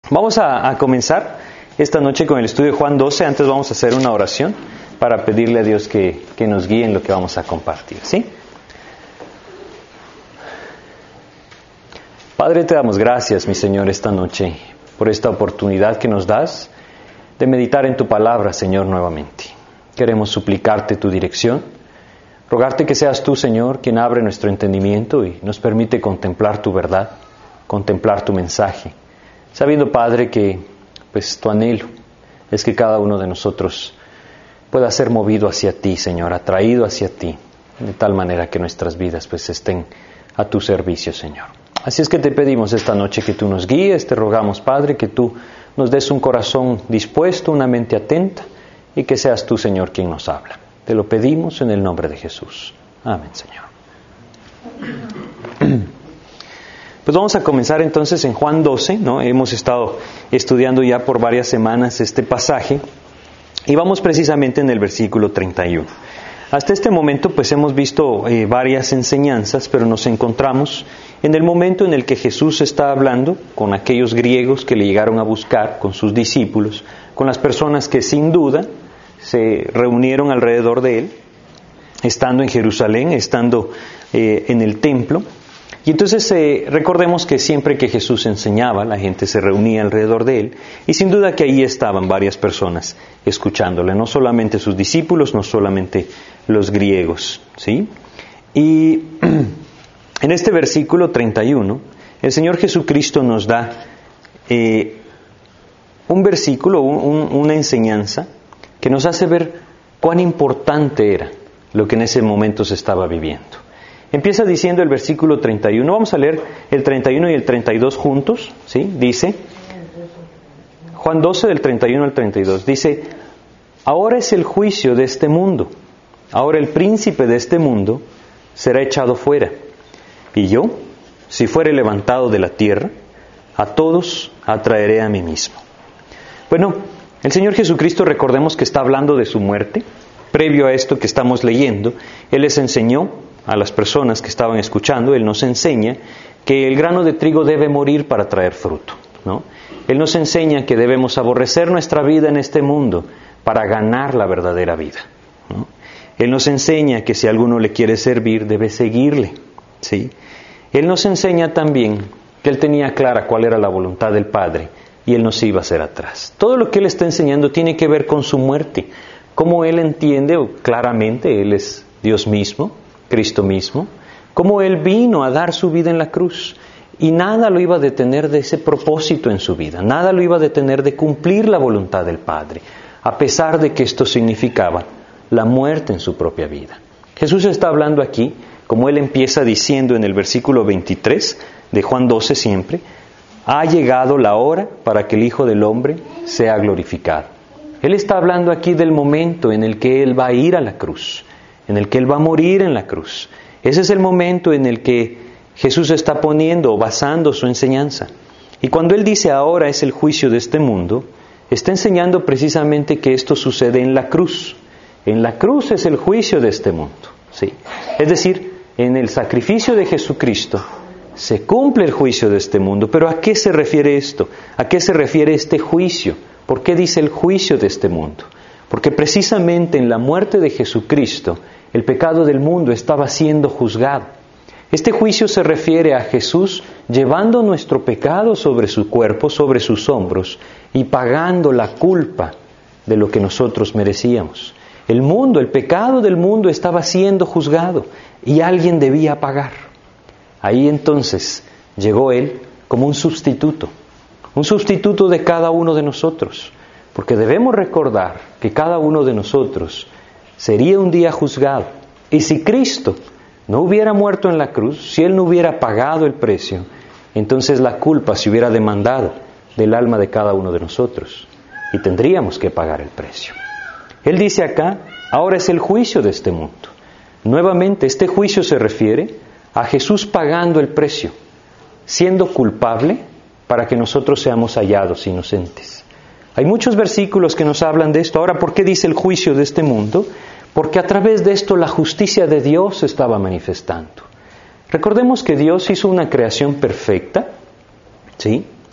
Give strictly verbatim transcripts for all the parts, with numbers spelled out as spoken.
Vamos a, a comenzar esta noche con el estudio de Juan doce. Antes vamos a hacer una oración para pedirle a Dios que, que nos guíe en lo que vamos a compartir, ¿sí? Padre, te damos gracias, mi Señor, esta noche por esta oportunidad que nos das de meditar en tu palabra, Señor, nuevamente. Queremos suplicarte tu dirección, rogarte que seas tú, Señor, quien abre nuestro entendimiento y nos permite contemplar tu verdad, contemplar tu mensaje, sabiendo, Padre, que pues tu anhelo es que cada uno de nosotros pueda ser movido hacia ti, Señor, atraído hacia ti, de tal manera que nuestras vidas pues estén a tu servicio, Señor. Así es que te pedimos esta noche que tú nos guíes, te rogamos, Padre, que tú nos des un corazón dispuesto, una mente atenta, y que seas tú, Señor, quien nos habla. Te lo pedimos en el nombre de Jesús. Amén, Señor. Pues vamos a comenzar entonces en Juan doce, ¿no? Hemos estado estudiando ya por varias semanas este pasaje y vamos precisamente en el versículo treinta y uno. Hasta este momento pues hemos visto eh, varias enseñanzas, pero nos encontramos en el momento en el que Jesús está hablando con aquellos griegos que le llegaron a buscar, con sus discípulos, con las personas que sin duda se reunieron alrededor de él, estando en Jerusalén, estando eh, en el templo. Y entonces eh, recordemos que siempre que Jesús enseñaba, la gente se reunía alrededor de él, y sin duda que ahí estaban varias personas escuchándole, no solamente sus discípulos, no solamente los griegos, ¿sí? Y en este versículo treinta y uno, el Señor Jesucristo nos da eh, un versículo, un, una enseñanza que nos hace ver cuán importante era lo que en ese momento se estaba viviendo. Empieza diciendo el versículo treinta y uno, vamos a leer el treinta y uno y el treinta y dos juntos, ¿sí? Dice, Juan doce del treinta y uno al treinta y dos, dice, ahora es el juicio de este mundo, ahora el príncipe de este mundo será echado fuera, y yo, si fuere levantado de la tierra, a todos atraeré a mí mismo. Bueno, el Señor Jesucristo, recordemos que está hablando de su muerte. Previo a esto que estamos leyendo, Él les enseñó a las personas que estaban escuchando, Él nos enseña que el grano de trigo debe morir para traer fruto, ¿no? Él nos enseña que debemos aborrecer nuestra vida en este mundo para ganar la verdadera vida, ¿no? Él nos enseña que si alguno le quiere servir, debe seguirle, ¿sí? Él nos enseña también que Él tenía clara cuál era la voluntad del Padre y Él no se iba a hacer atrás. Todo lo que Él está enseñando tiene que ver con su muerte. Cómo Él entiende claramente, Él es Dios mismo, Cristo mismo, cómo Él vino a dar su vida en la cruz. Y nada lo iba a detener de ese propósito en su vida, nada lo iba a detener de cumplir la voluntad del Padre, a pesar de que esto significaba la muerte en su propia vida. Jesús está hablando aquí, como Él empieza diciendo en el versículo veintitrés de Juan doce siempre, ha llegado la hora para que el Hijo del Hombre sea glorificado. Él está hablando aquí del momento en el que Él va a ir a la cruz, en el que Él va a morir en la cruz. Ese es el momento en el que Jesús está poniendo o basando su enseñanza. Y cuando Él dice ahora es el juicio de este mundo, está enseñando precisamente que esto sucede en la cruz. En la cruz es el juicio de este mundo, ¿sí? Es decir, en el sacrificio de Jesucristo se cumple el juicio de este mundo. ¿Pero a qué se refiere esto? ¿A qué se refiere este juicio? ¿Por qué dice el juicio de este mundo? Porque precisamente en la muerte de Jesucristo, el pecado del mundo estaba siendo juzgado. Este juicio se refiere a Jesús llevando nuestro pecado sobre su cuerpo, sobre sus hombros, y pagando la culpa de lo que nosotros merecíamos. El mundo, el pecado del mundo estaba siendo juzgado y alguien debía pagar. Ahí entonces llegó Él como un sustituto, un sustituto de cada uno de nosotros, porque debemos recordar que cada uno de nosotros sería un día juzgado. Y si Cristo no hubiera muerto en la cruz, si Él no hubiera pagado el precio, entonces la culpa se hubiera demandado del alma de cada uno de nosotros y tendríamos que pagar el precio. Él dice acá, ahora es el juicio de este mundo. Nuevamente, este juicio se refiere a Jesús pagando el precio, siendo culpable para que nosotros seamos hallados inocentes. Hay muchos versículos que nos hablan de esto. Ahora, ¿por qué dice el juicio de este mundo? Porque a través de esto la justicia de Dios se estaba manifestando. Recordemos que Dios hizo una creación perfecta, ¿sí?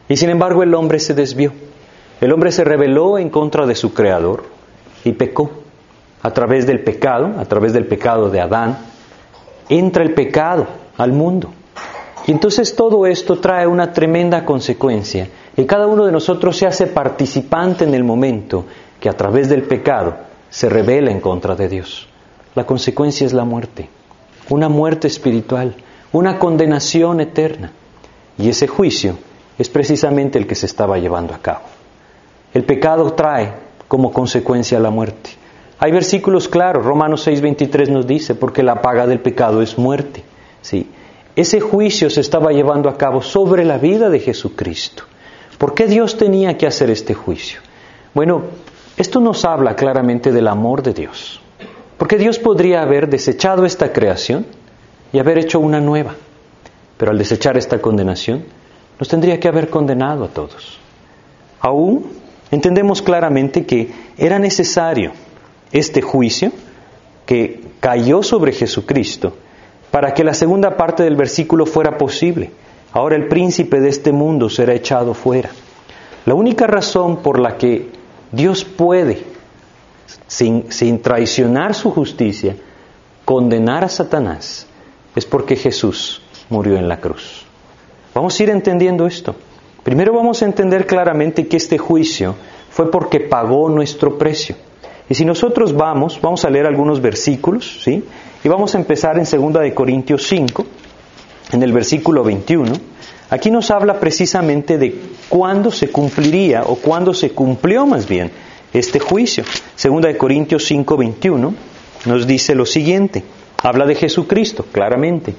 Y sin embargo el hombre se desvió. El hombre se rebeló en contra de su Creador y pecó. A través del pecado, a través del pecado de Adán, entra el pecado al mundo. Y entonces todo esto trae una tremenda consecuencia. Y cada uno de nosotros se hace participante en el momento que a través del pecado se rebela en contra de Dios. La consecuencia es la muerte. Una muerte espiritual, una condenación eterna. Y ese juicio es precisamente el que se estaba llevando a cabo. El pecado trae como consecuencia la muerte. Hay versículos claros, Romanos seis veintitrés nos dice, porque la paga del pecado es muerte. ¿Sí? Ese juicio se estaba llevando a cabo sobre la vida de Jesucristo. ¿Por qué Dios tenía que hacer este juicio? Bueno, esto nos habla claramente del amor de Dios. Porque Dios podría haber desechado esta creación y haber hecho una nueva. Pero al desechar esta condenación, nos tendría que haber condenado a todos. Aún entendemos claramente que era necesario este juicio que cayó sobre Jesucristo para que la segunda parte del versículo fuera posible. Ahora el príncipe de este mundo será echado fuera. La única razón por la que Dios puede, sin, sin traicionar su justicia, condenar a Satanás, es porque Jesús murió en la cruz. Vamos a ir entendiendo esto. Primero vamos a entender claramente que este juicio fue porque pagó nuestro precio. Y si nosotros vamos, vamos a leer algunos versículos, ¿sí? Y vamos a empezar en segunda de Corintios cinco, en el versículo veintiuno. Aquí nos habla precisamente de cuándo se cumpliría, o cuándo se cumplió más bien, este juicio. segunda de Corintios cinco, veintiuno, nos dice lo siguiente. Habla de Jesucristo, claramente.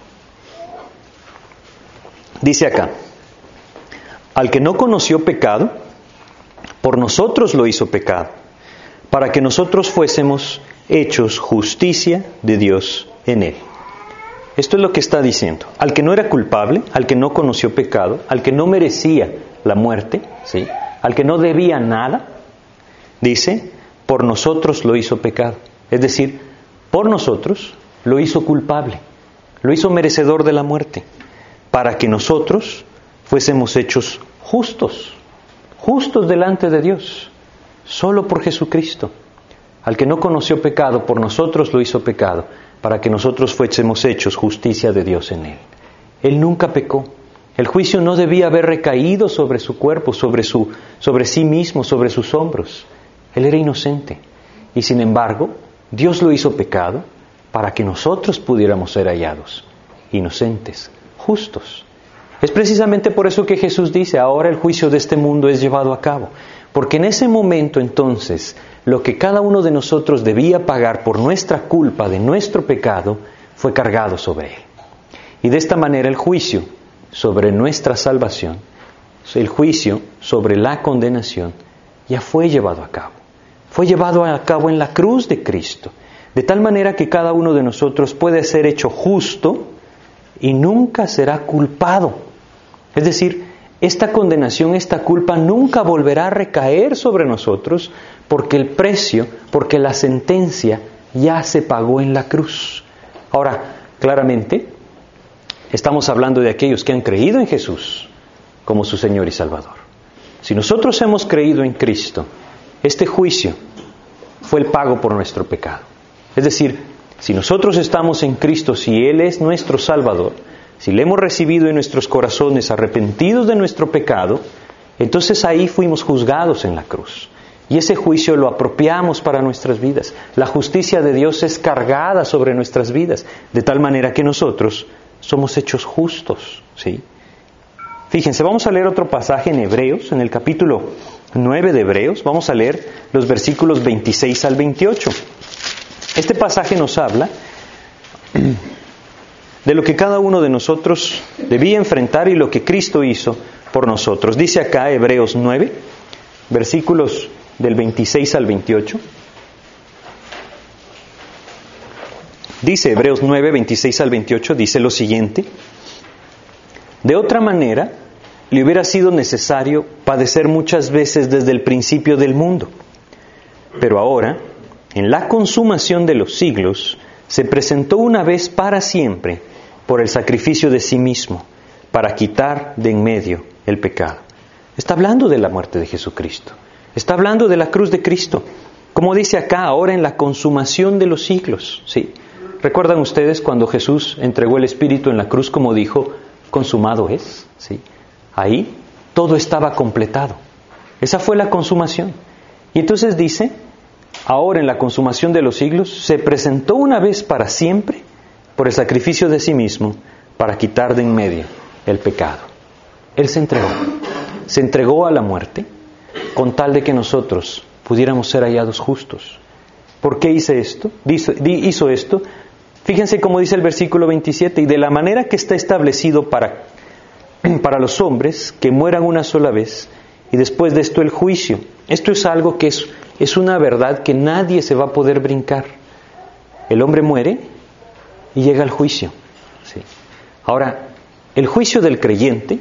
Dice acá, al que no conoció pecado, por nosotros lo hizo pecado, para que nosotros fuésemos hechos justicia de Dios en él. Esto es lo que está diciendo. Al que no era culpable, al que no conoció pecado, al que no merecía la muerte, ¿sí? Al que no debía nada, dice, por nosotros lo hizo pecado. Es decir, por nosotros lo hizo culpable, lo hizo merecedor de la muerte, para que nosotros fuésemos hechos justos, justos delante de Dios, solo por Jesucristo. Al que no conoció pecado, por nosotros lo hizo pecado, para que nosotros fuésemos hechos justicia de Dios en él. Él nunca pecó. El juicio no debía haber recaído sobre su cuerpo, sobre, su, sobre sí mismo, sobre sus hombros. Él era inocente. Y sin embargo, Dios lo hizo pecado para que nosotros pudiéramos ser hallados inocentes, justos. Es precisamente por eso que Jesús dice, ahora el juicio de este mundo es llevado a cabo. Porque en ese momento entonces, lo que cada uno de nosotros debía pagar por nuestra culpa de nuestro pecado, fue cargado sobre Él. Y de esta manera el juicio sobre nuestra salvación, el juicio sobre la condenación, ya fue llevado a cabo. Fue llevado a cabo en la cruz de Cristo. De tal manera que cada uno de nosotros puede ser hecho justo y nunca será culpado. Es decir, esta condenación, esta culpa nunca volverá a recaer sobre nosotros porque el precio, porque la sentencia ya se pagó en la cruz. Ahora, claramente, estamos hablando de aquellos que han creído en Jesús como su Señor y Salvador. Si nosotros hemos creído en Cristo, este juicio fue el pago por nuestro pecado. Es decir, si nosotros estamos en Cristo, si Él es nuestro Salvador, si le hemos recibido en nuestros corazones arrepentidos de nuestro pecado, entonces ahí fuimos juzgados en la cruz. Y ese juicio lo apropiamos para nuestras vidas. La justicia de Dios es cargada sobre nuestras vidas, de tal manera que nosotros somos hechos justos, ¿sí? Fíjense, vamos a leer otro pasaje en Hebreos, en el capítulo nueve de Hebreos, vamos a leer los versículos veintiséis al veintiocho. Este pasaje nos habla de lo que cada uno de nosotros debía enfrentar y lo que Cristo hizo por nosotros. Dice acá Hebreos nueve, versículos del veintiséis al veintiocho. Dice Hebreos nueve, veintiséis al veintiocho, dice lo siguiente: de otra manera, le hubiera sido necesario padecer muchas veces desde el principio del mundo. Pero ahora, en la consumación de los siglos, se presentó una vez para siempre por el sacrificio de sí mismo, para quitar de en medio el pecado. Está hablando de la muerte de Jesucristo. Está hablando de la cruz de Cristo. Como dice acá, ahora en la consumación de los siglos. ¿Sí? ¿Recuerdan ustedes cuando Jesús entregó el Espíritu en la cruz, como dijo, consumado es? ¿Sí? Ahí todo estaba completado. Esa fue la consumación. Y entonces dice, ahora en la consumación de los siglos, se presentó una vez para siempre por el sacrificio de sí mismo para quitar de en medio el pecado. Él se entregó. Se entregó a la muerte con tal de que nosotros pudiéramos ser hallados justos. ¿Por qué hice esto? Hizo, hizo esto. Fíjense cómo dice el versículo veintisiete, y de la manera que está establecido para, para los hombres que mueran una sola vez, y después de esto el juicio. Esto es algo que es, es una verdad que nadie se va a poder brincar. El hombre muere y llega al juicio. Sí. Ahora, el juicio del creyente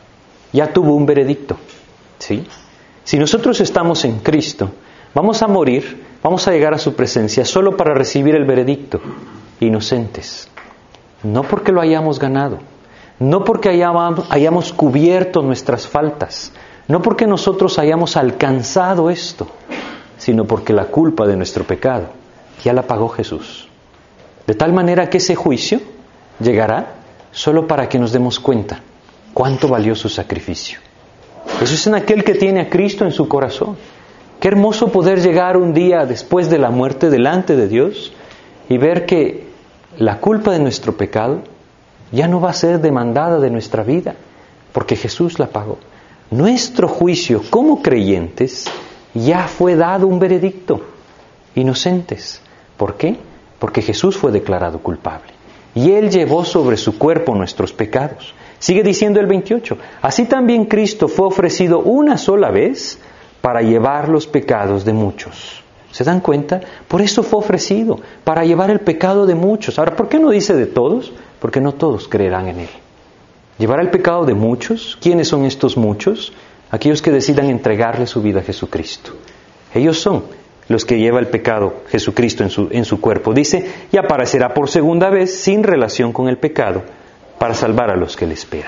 ya tuvo un veredicto. ¿Sí? Si nosotros estamos en Cristo, vamos a morir, vamos a llegar a su presencia solo para recibir el veredicto. Inocentes. No porque lo hayamos ganado, no porque hayamos, hayamos cubierto nuestras faltas, no porque nosotros hayamos alcanzado esto, sino porque la culpa de nuestro pecado ya la pagó Jesús. De tal manera que ese juicio llegará solo para que nos demos cuenta cuánto valió su sacrificio. Eso es en aquel que tiene a Cristo en su corazón. Qué hermoso poder llegar un día después de la muerte delante de Dios y ver que la culpa de nuestro pecado ya no va a ser demandada de nuestra vida, porque Jesús la pagó. Nuestro juicio como creyentes ya fue dado un veredicto. Inocentes. ¿Por qué? Porque Jesús fue declarado culpable. Y Él llevó sobre su cuerpo nuestros pecados. Sigue diciendo el veintiocho. Así también Cristo fue ofrecido una sola vez para llevar los pecados de muchos. ¿Se dan cuenta? Por eso fue ofrecido, para llevar el pecado de muchos. Ahora, ¿por qué no dice de todos? Porque no todos creerán en Él. ¿Llevará el pecado de muchos? ¿Quiénes son estos muchos? Aquellos que decidan entregarle su vida a Jesucristo. Ellos son los que lleva el pecado Jesucristo en su, en su cuerpo. Dice, y aparecerá por segunda vez sin relación con el pecado para salvar a los que le esperan.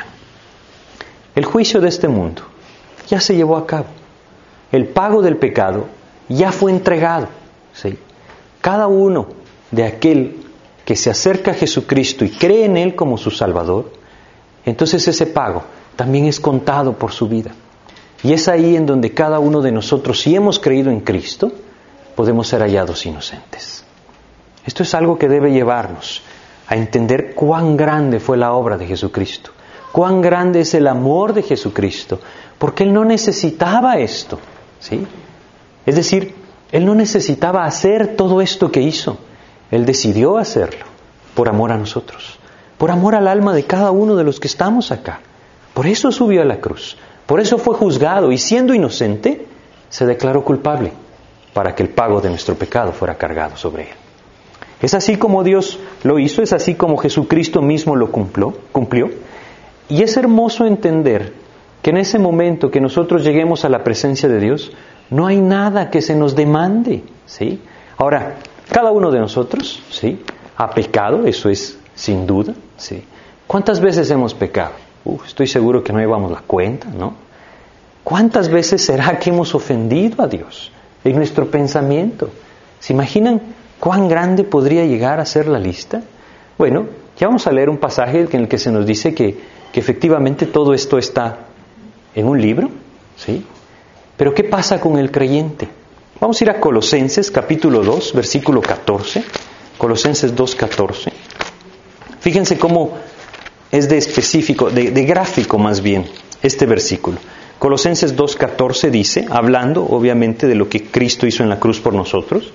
El juicio de este mundo ya se llevó a cabo. El pago del pecado ya fue entregado. ¿Sí? Cada uno de aquel que se acerca a Jesucristo y cree en Él como su Salvador, entonces ese pago también es contado por su vida. Y es ahí en donde cada uno de nosotros, si hemos creído en Cristo, podemos ser hallados inocentes. Esto es algo que debe llevarnos a entender cuán grande fue la obra de Jesucristo, cuán grande es el amor de Jesucristo, porque Él no necesitaba esto, ¿sí? Es decir, Él no necesitaba hacer todo esto que hizo. Él decidió hacerlo por amor a nosotros, por amor al alma de cada uno de los que estamos acá. Por eso subió a la cruz, por eso fue juzgado y siendo inocente, se declaró culpable para que el pago de nuestro pecado fuera cargado sobre Él. Es así como Dios lo hizo, es así como Jesucristo mismo lo cumplió, cumplió. Y es hermoso entender que en ese momento que nosotros lleguemos a la presencia de Dios, no hay nada que se nos demande, ¿sí? Ahora, cada uno de nosotros, ¿sí?, ha pecado, eso es sin duda, ¿sí? ¿Cuántas veces hemos pecado? Uf, estoy seguro que no llevamos la cuenta, ¿no? ¿Cuántas veces será que hemos ofendido a Dios en nuestro pensamiento? ¿Se imaginan cuán grande podría llegar a ser la lista? Bueno, ya vamos a leer un pasaje en el que se nos dice que, que efectivamente todo esto está en un libro, ¿sí? Pero ¿qué pasa con el creyente? Vamos a ir a Colosenses capítulo dos, versículo catorce. Colosenses dos, catorce. Fíjense cómo es de específico, de, de gráfico más bien, este versículo. Colosenses dos, catorce dice, hablando obviamente de lo que Cristo hizo en la cruz por nosotros.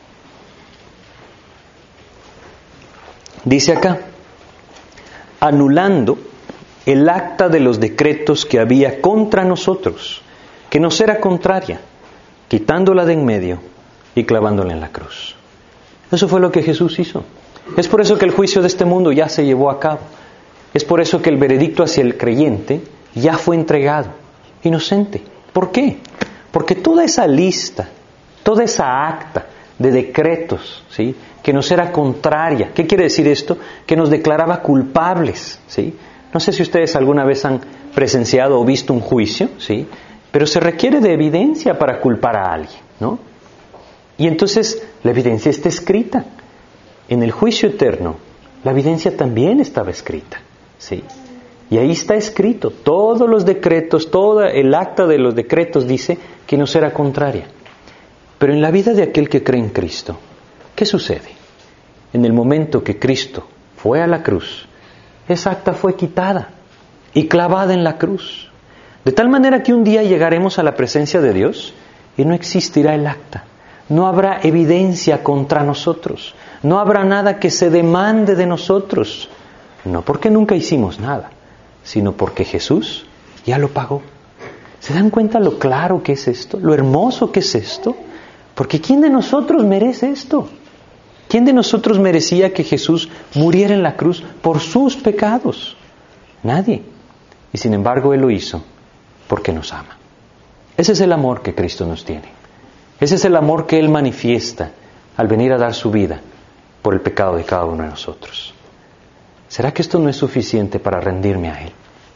Dice acá, anulando el acta de los decretos que había contra nosotros, que nos era contraria, quitándola de en medio y clavándola en la cruz. Eso fue lo que Jesús hizo. Es por eso que el juicio de este mundo ya se llevó a cabo. Es por eso que el veredicto hacia el creyente ya fue entregado, inocente. ¿Por qué? Porque toda esa lista, toda esa acta de decretos, ¿sí?, que nos era contraria. ¿Qué quiere decir esto? Que nos declaraba culpables, ¿sí? No sé si ustedes alguna vez han presenciado o visto un juicio, ¿sí?, pero se requiere de evidencia para culpar a alguien, ¿no? Y entonces la evidencia está escrita. En el juicio eterno, la evidencia también estaba escrita, ¿sí? Y ahí está escrito, todos los decretos, todo el acta de los decretos dice que no será contraria. Pero en la vida de aquel que cree en Cristo, ¿qué sucede? En el momento que Cristo fue a la cruz, esa acta fue quitada y clavada en la cruz. De tal manera que un día llegaremos a la presencia de Dios y no existirá el acta. No habrá evidencia contra nosotros. No habrá nada que se demande de nosotros. No porque nunca hicimos nada, sino porque Jesús ya lo pagó. ¿Se dan cuenta lo claro que es esto? Lo hermoso que es esto. Porque ¿quién de nosotros merece esto? ¿Quién de nosotros merecía que Jesús muriera en la cruz por sus pecados? Nadie. Y sin embargo Él lo hizo porque nos ama. Ese es el amor que Cristo nos tiene. Ese es el amor que Él manifiesta al venir a dar su vida por el pecado de cada uno de nosotros. ¿Será que esto no es suficiente para rendirme a Él?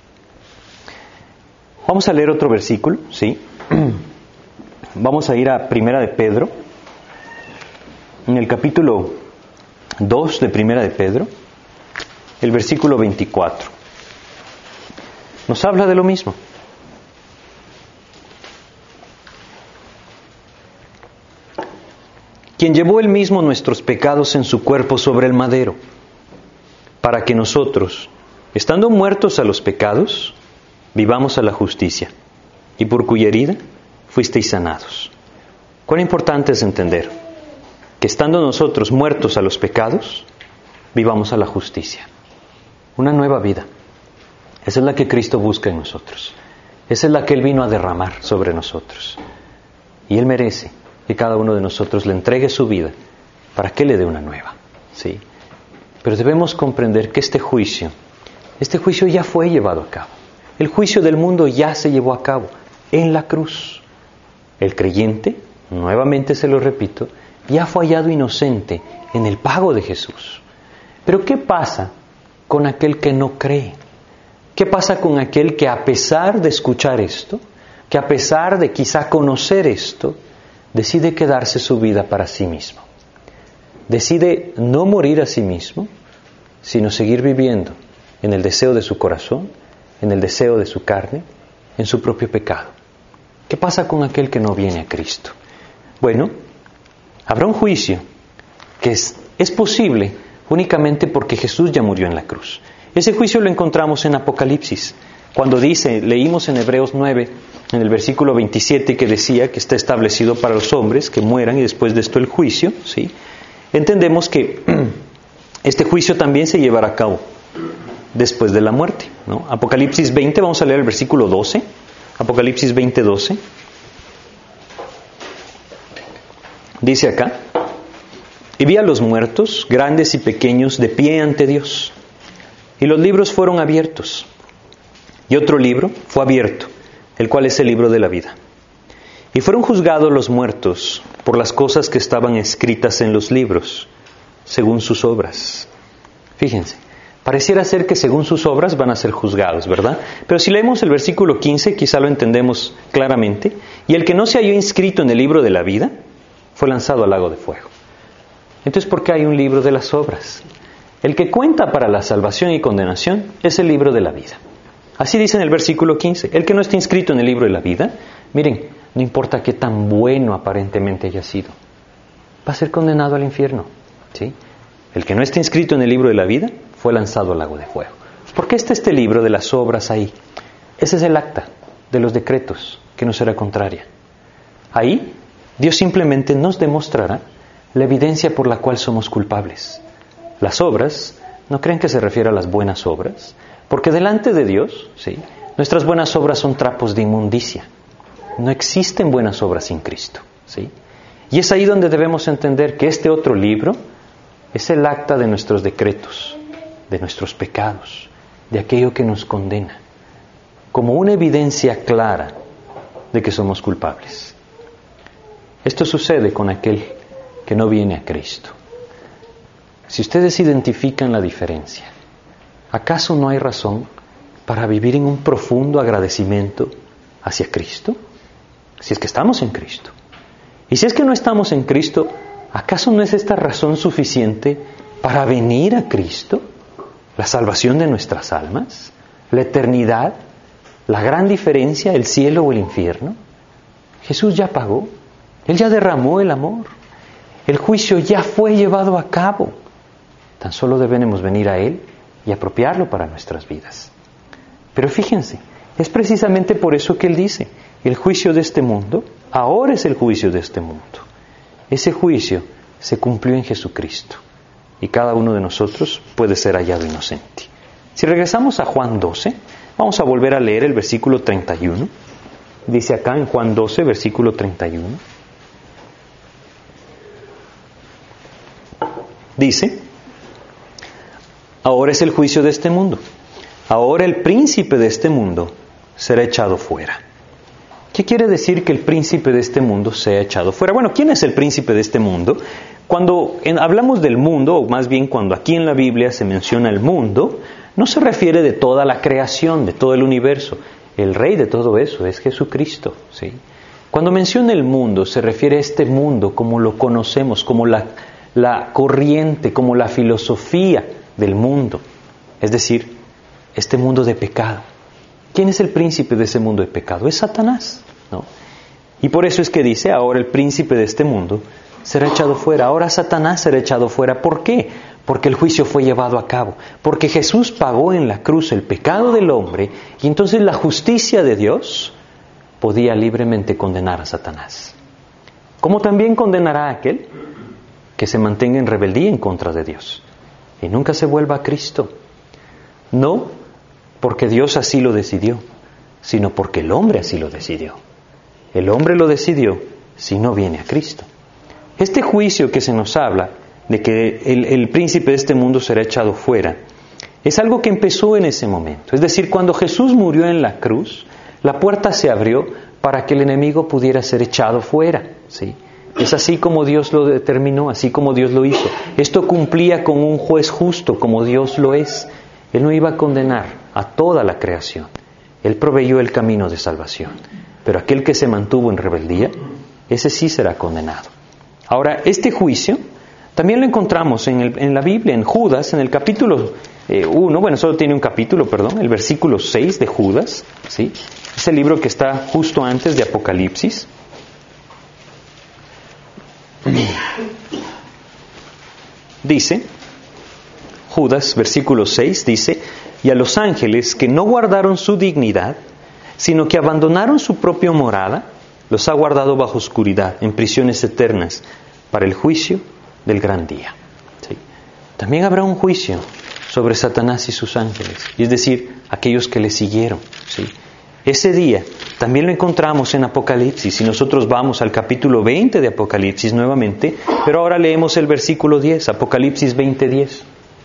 Vamos a leer otro versículo, ¿sí? Vamos a ir a Primera de Pedro, en el capítulo dos de Primera de Pedro, el versículo veinticuatro. Nos habla de lo mismo. Quien llevó él mismo nuestros pecados en su cuerpo sobre el madero, para que nosotros, estando muertos a los pecados, vivamos a la justicia, y por cuya herida fuisteis sanados. Cuán importante es entender que estando nosotros muertos a los pecados, vivamos a la justicia. Una nueva vida. Esa es la que Cristo busca en nosotros. Esa es la que Él vino a derramar sobre nosotros. Y Él merece que cada uno de nosotros le entregue su vida para que le dé una nueva, ¿sí? Pero debemos comprender que este juicio, este juicio ya fue llevado a cabo. El juicio del mundo ya se llevó a cabo en la cruz. El creyente, nuevamente se lo repito, ya fue hallado inocente en el pago de Jesús. Pero ¿qué pasa con aquel que no cree? ¿Qué pasa con aquel que a pesar de escuchar esto, que a pesar de quizá conocer esto, decide quedarse su vida para sí mismo? Decide no morir a sí mismo, sino seguir viviendo en el deseo de su corazón, en el deseo de su carne, en su propio pecado. ¿Qué pasa con aquel que no viene a Cristo? Bueno, habrá un juicio que es, es posible únicamente porque Jesús ya murió en la cruz. Ese juicio lo encontramos en Apocalipsis, cuando dice, leímos en Hebreos nueve, en el versículo veintisiete, que decía que está establecido para los hombres que mueran y después de esto el juicio, ¿sí? Entendemos que este juicio también se llevará a cabo después de la muerte, ¿no? Apocalipsis veinte, vamos a leer el versículo doce. Apocalipsis veinte, doce. Dice acá: y vi a los muertos, grandes y pequeños, de pie ante Dios. Y los libros fueron abiertos. Y otro libro fue abierto, el cual es el libro de la vida. Y fueron juzgados los muertos por las cosas que estaban escritas en los libros, según sus obras. Fíjense, pareciera ser que según sus obras van a ser juzgados, ¿verdad? Pero si leemos el versículo quince, quizá lo entendemos claramente. Y el que no se halló inscrito en el libro de la vida, fue lanzado al lago de fuego. Entonces, ¿por qué hay un libro de las obras? El que cuenta para la salvación y condenación es el libro de la vida. Así dice en el versículo quince. El que no está inscrito en el libro de la vida, miren, no importa qué tan bueno aparentemente haya sido, va a ser condenado al infierno, ¿sí? El que no está inscrito en el libro de la vida fue lanzado al lago de fuego. ¿Por qué está este libro de las obras ahí? Ese es el acta de los decretos, que no será contraria. Ahí Dios simplemente nos demostrará la evidencia por la cual somos culpables. Las obras, no crean que se refiere a las buenas obras, porque delante de Dios, ¿sí?, nuestras buenas obras son trapos de inmundicia. No existen buenas obras sin Cristo, ¿sí? Y es ahí donde debemos entender que este otro libro es el acta de nuestros decretos, de nuestros pecados, de aquello que nos condena, como una evidencia clara de que somos culpables. Esto sucede con aquel que no viene a Cristo. Si ustedes identifican la diferencia, ¿acaso no hay razón para vivir en un profundo agradecimiento hacia Cristo? si es que estamos en Cristo. Y si es que no estamos en Cristo, ¿acaso no es esta razón suficiente para venir a Cristo? La salvación de nuestras almas, la eternidad, la gran diferencia, el cielo o el infierno. Jesús ya pagó, Él ya derramó el amor, el juicio ya fue llevado a cabo. Tan solo debemos venir a Él y apropiarlo para nuestras vidas. Pero fíjense, es precisamente por eso que Él dice, el juicio de este mundo, ahora es el juicio de este mundo. Ese juicio se cumplió en Jesucristo y cada uno de nosotros puede ser hallado inocente. Si regresamos a Juan doce, vamos a volver a leer el versículo treinta y uno. Dice acá en Juan doce, versículo treinta y uno. Dice, ahora es el juicio de este mundo. Ahora el príncipe de este mundo será echado fuera. ¿Qué quiere decir que el príncipe de este mundo sea echado fuera? Bueno, ¿quién es el príncipe de este mundo? Cuando en, hablamos del mundo, o más bien cuando aquí en la Biblia se menciona el mundo, no se refiere de toda la creación, de todo el universo. El rey de todo eso es Jesucristo, ¿sí? Cuando menciona el mundo, se refiere a este mundo como lo conocemos, como la, la corriente, como la filosofía del mundo. Es decir, este mundo de pecado. ¿Quién es el príncipe de ese mundo de pecado? Es Satanás, ¿no? Y por eso es que dice, ahora el príncipe de este mundo será echado fuera. Ahora Satanás será echado fuera. ¿Por qué? Porque el juicio fue llevado a cabo. Porque Jesús pagó en la cruz el pecado del hombre y entonces la justicia de Dios podía libremente condenar a Satanás. Como también condenará a aquel que se mantenga en rebeldía en contra de Dios y nunca se vuelva a Cristo. No porque Dios así lo decidió, sino porque el hombre así lo decidió. El hombre lo decidió si no viene a Cristo. Este juicio que se nos habla de que el, el príncipe de este mundo será echado fuera, es algo que empezó en ese momento. Es decir, cuando Jesús murió en la cruz, la puerta se abrió para que el enemigo pudiera ser echado fuera, ¿sí? Es así como Dios lo determinó, así como Dios lo hizo. Esto cumplía con un juez justo, como Dios lo es. Él no iba a condenar a toda la creación. Él proveyó el camino de salvación. Pero aquel que se mantuvo en rebeldía, ese sí será condenado. Ahora, este juicio también lo encontramos en, el, en la Biblia, en Judas, en el capítulo uno, bueno, solo tiene un capítulo, perdón, el versículo seis de Judas, ¿sí? Es el libro que está justo antes de Apocalipsis. Dice, Judas, versículo seis, dice, y a los ángeles que no guardaron su dignidad, sino que abandonaron su propia morada, los ha guardado bajo oscuridad, en prisiones eternas, para el juicio del gran día. ¿Sí? También habrá un juicio sobre Satanás y sus ángeles, y es decir, aquellos que le siguieron. ¿Sí? Ese día también lo encontramos en Apocalipsis, y nosotros vamos al capítulo veinte de Apocalipsis nuevamente, pero ahora leemos el versículo diez, Apocalipsis veinte, diez.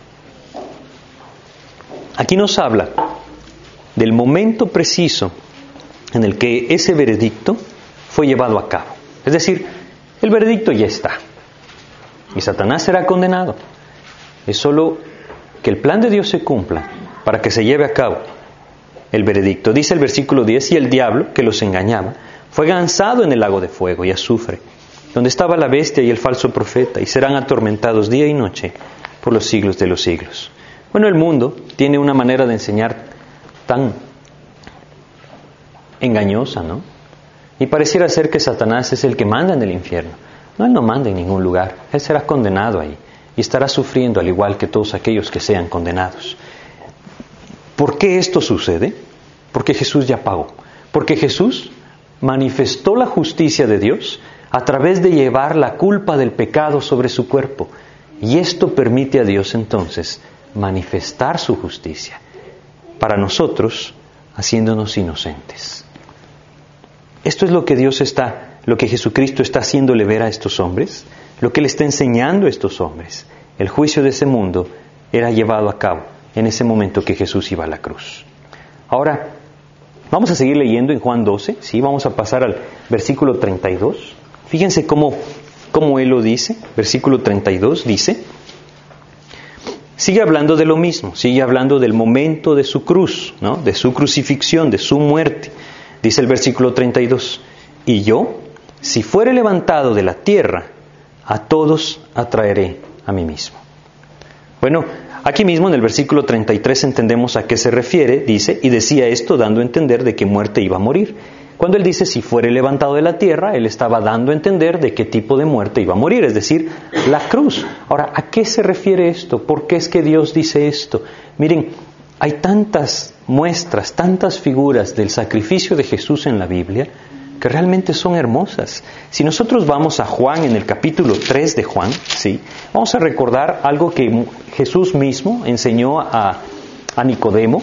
Aquí nos habla del momento preciso en el que ese veredicto fue llevado a cabo. Es decir, el veredicto ya está. Y Satanás será condenado. Es solo que el plan de Dios se cumpla para que se lleve a cabo el veredicto. Dice el versículo diez, y el diablo, que los engañaba, fue lanzado en el lago de fuego y azufre, donde estaba la bestia y el falso profeta, y serán atormentados día y noche por los siglos de los siglos. Bueno, el mundo tiene una manera de enseñar tan engañosa, ¿no? Y pareciera ser que Satanás es el que manda en el infierno. No, él no manda en ningún lugar. Él será condenado ahí y estará sufriendo al igual que todos aquellos que sean condenados. ¿Por qué esto sucede? Porque Jesús ya pagó. Porque Jesús manifestó la justicia de Dios a través de llevar la culpa del pecado sobre su cuerpo. Y esto permite a Dios entonces manifestar su justicia para nosotros, haciéndonos inocentes. Esto es lo que Dios está, lo que Jesucristo está haciéndole ver a estos hombres, lo que Él está enseñando a estos hombres. El juicio de ese mundo era llevado a cabo en ese momento que Jesús iba a la cruz. Ahora, vamos a seguir leyendo en Juan doce, ¿sí? Vamos a pasar al versículo treinta y dos. Fíjense cómo, cómo Él lo dice. Versículo treinta y dos dice, sigue hablando de lo mismo, sigue hablando del momento de su cruz, ¿no? De su crucifixión, de su muerte. Dice el versículo treinta y dos, y yo, si fuere levantado de la tierra, a todos atraeré a mí mismo. Bueno, aquí mismo en el versículo treinta y tres entendemos a qué se refiere. Dice, y decía esto dando a entender de qué muerte iba a morir. Cuando él dice, si fuere levantado de la tierra, él estaba dando a entender de qué tipo de muerte iba a morir, es decir, la cruz. Ahora, ¿a qué se refiere esto? ¿Por qué es que Dios dice esto? Miren, hay tantas muestras, tantas figuras del sacrificio de Jesús en la Biblia que realmente son hermosas. Si nosotros vamos a Juan, en el capítulo tres de Juan, ¿sí? Vamos a recordar algo que Jesús mismo enseñó a, a Nicodemo.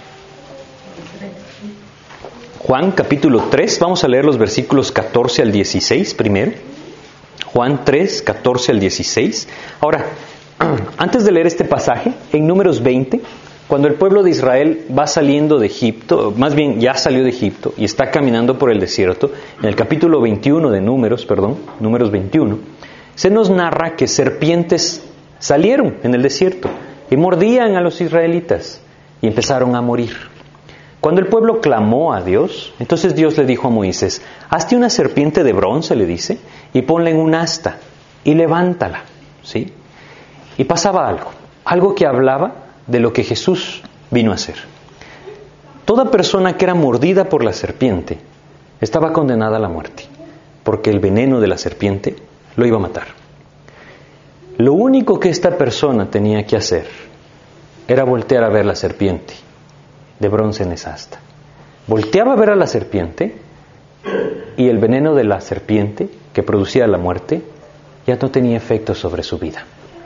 Juan capítulo tres, vamos a leer los versículos catorce al dieciséis primero. Juan tres, catorce al dieciséis. Ahora, antes de leer este pasaje, en Números veinte, cuando el pueblo de Israel va saliendo de Egipto, más bien ya salió de Egipto y está caminando por el desierto, en el capítulo veintiuno de Números, perdón, Números veintiuno, se nos narra que serpientes salieron en el desierto y mordían a los israelitas y empezaron a morir. Cuando el pueblo clamó a Dios, entonces Dios le dijo a Moisés, hazte una serpiente de bronce, le dice, y ponla en un asta y levántala, ¿sí? Y pasaba algo, algo que hablaba de lo que Jesús vino a hacer. Toda persona que era mordida por la serpiente estaba condenada a la muerte, porque el veneno de la serpiente lo iba a matar. Lo único que esta persona tenía que hacer era voltear a ver la serpiente de bronce en esa asta. Volteaba a ver a la serpiente y el veneno de la serpiente que producía la muerte ya no tenía efecto sobre su vida.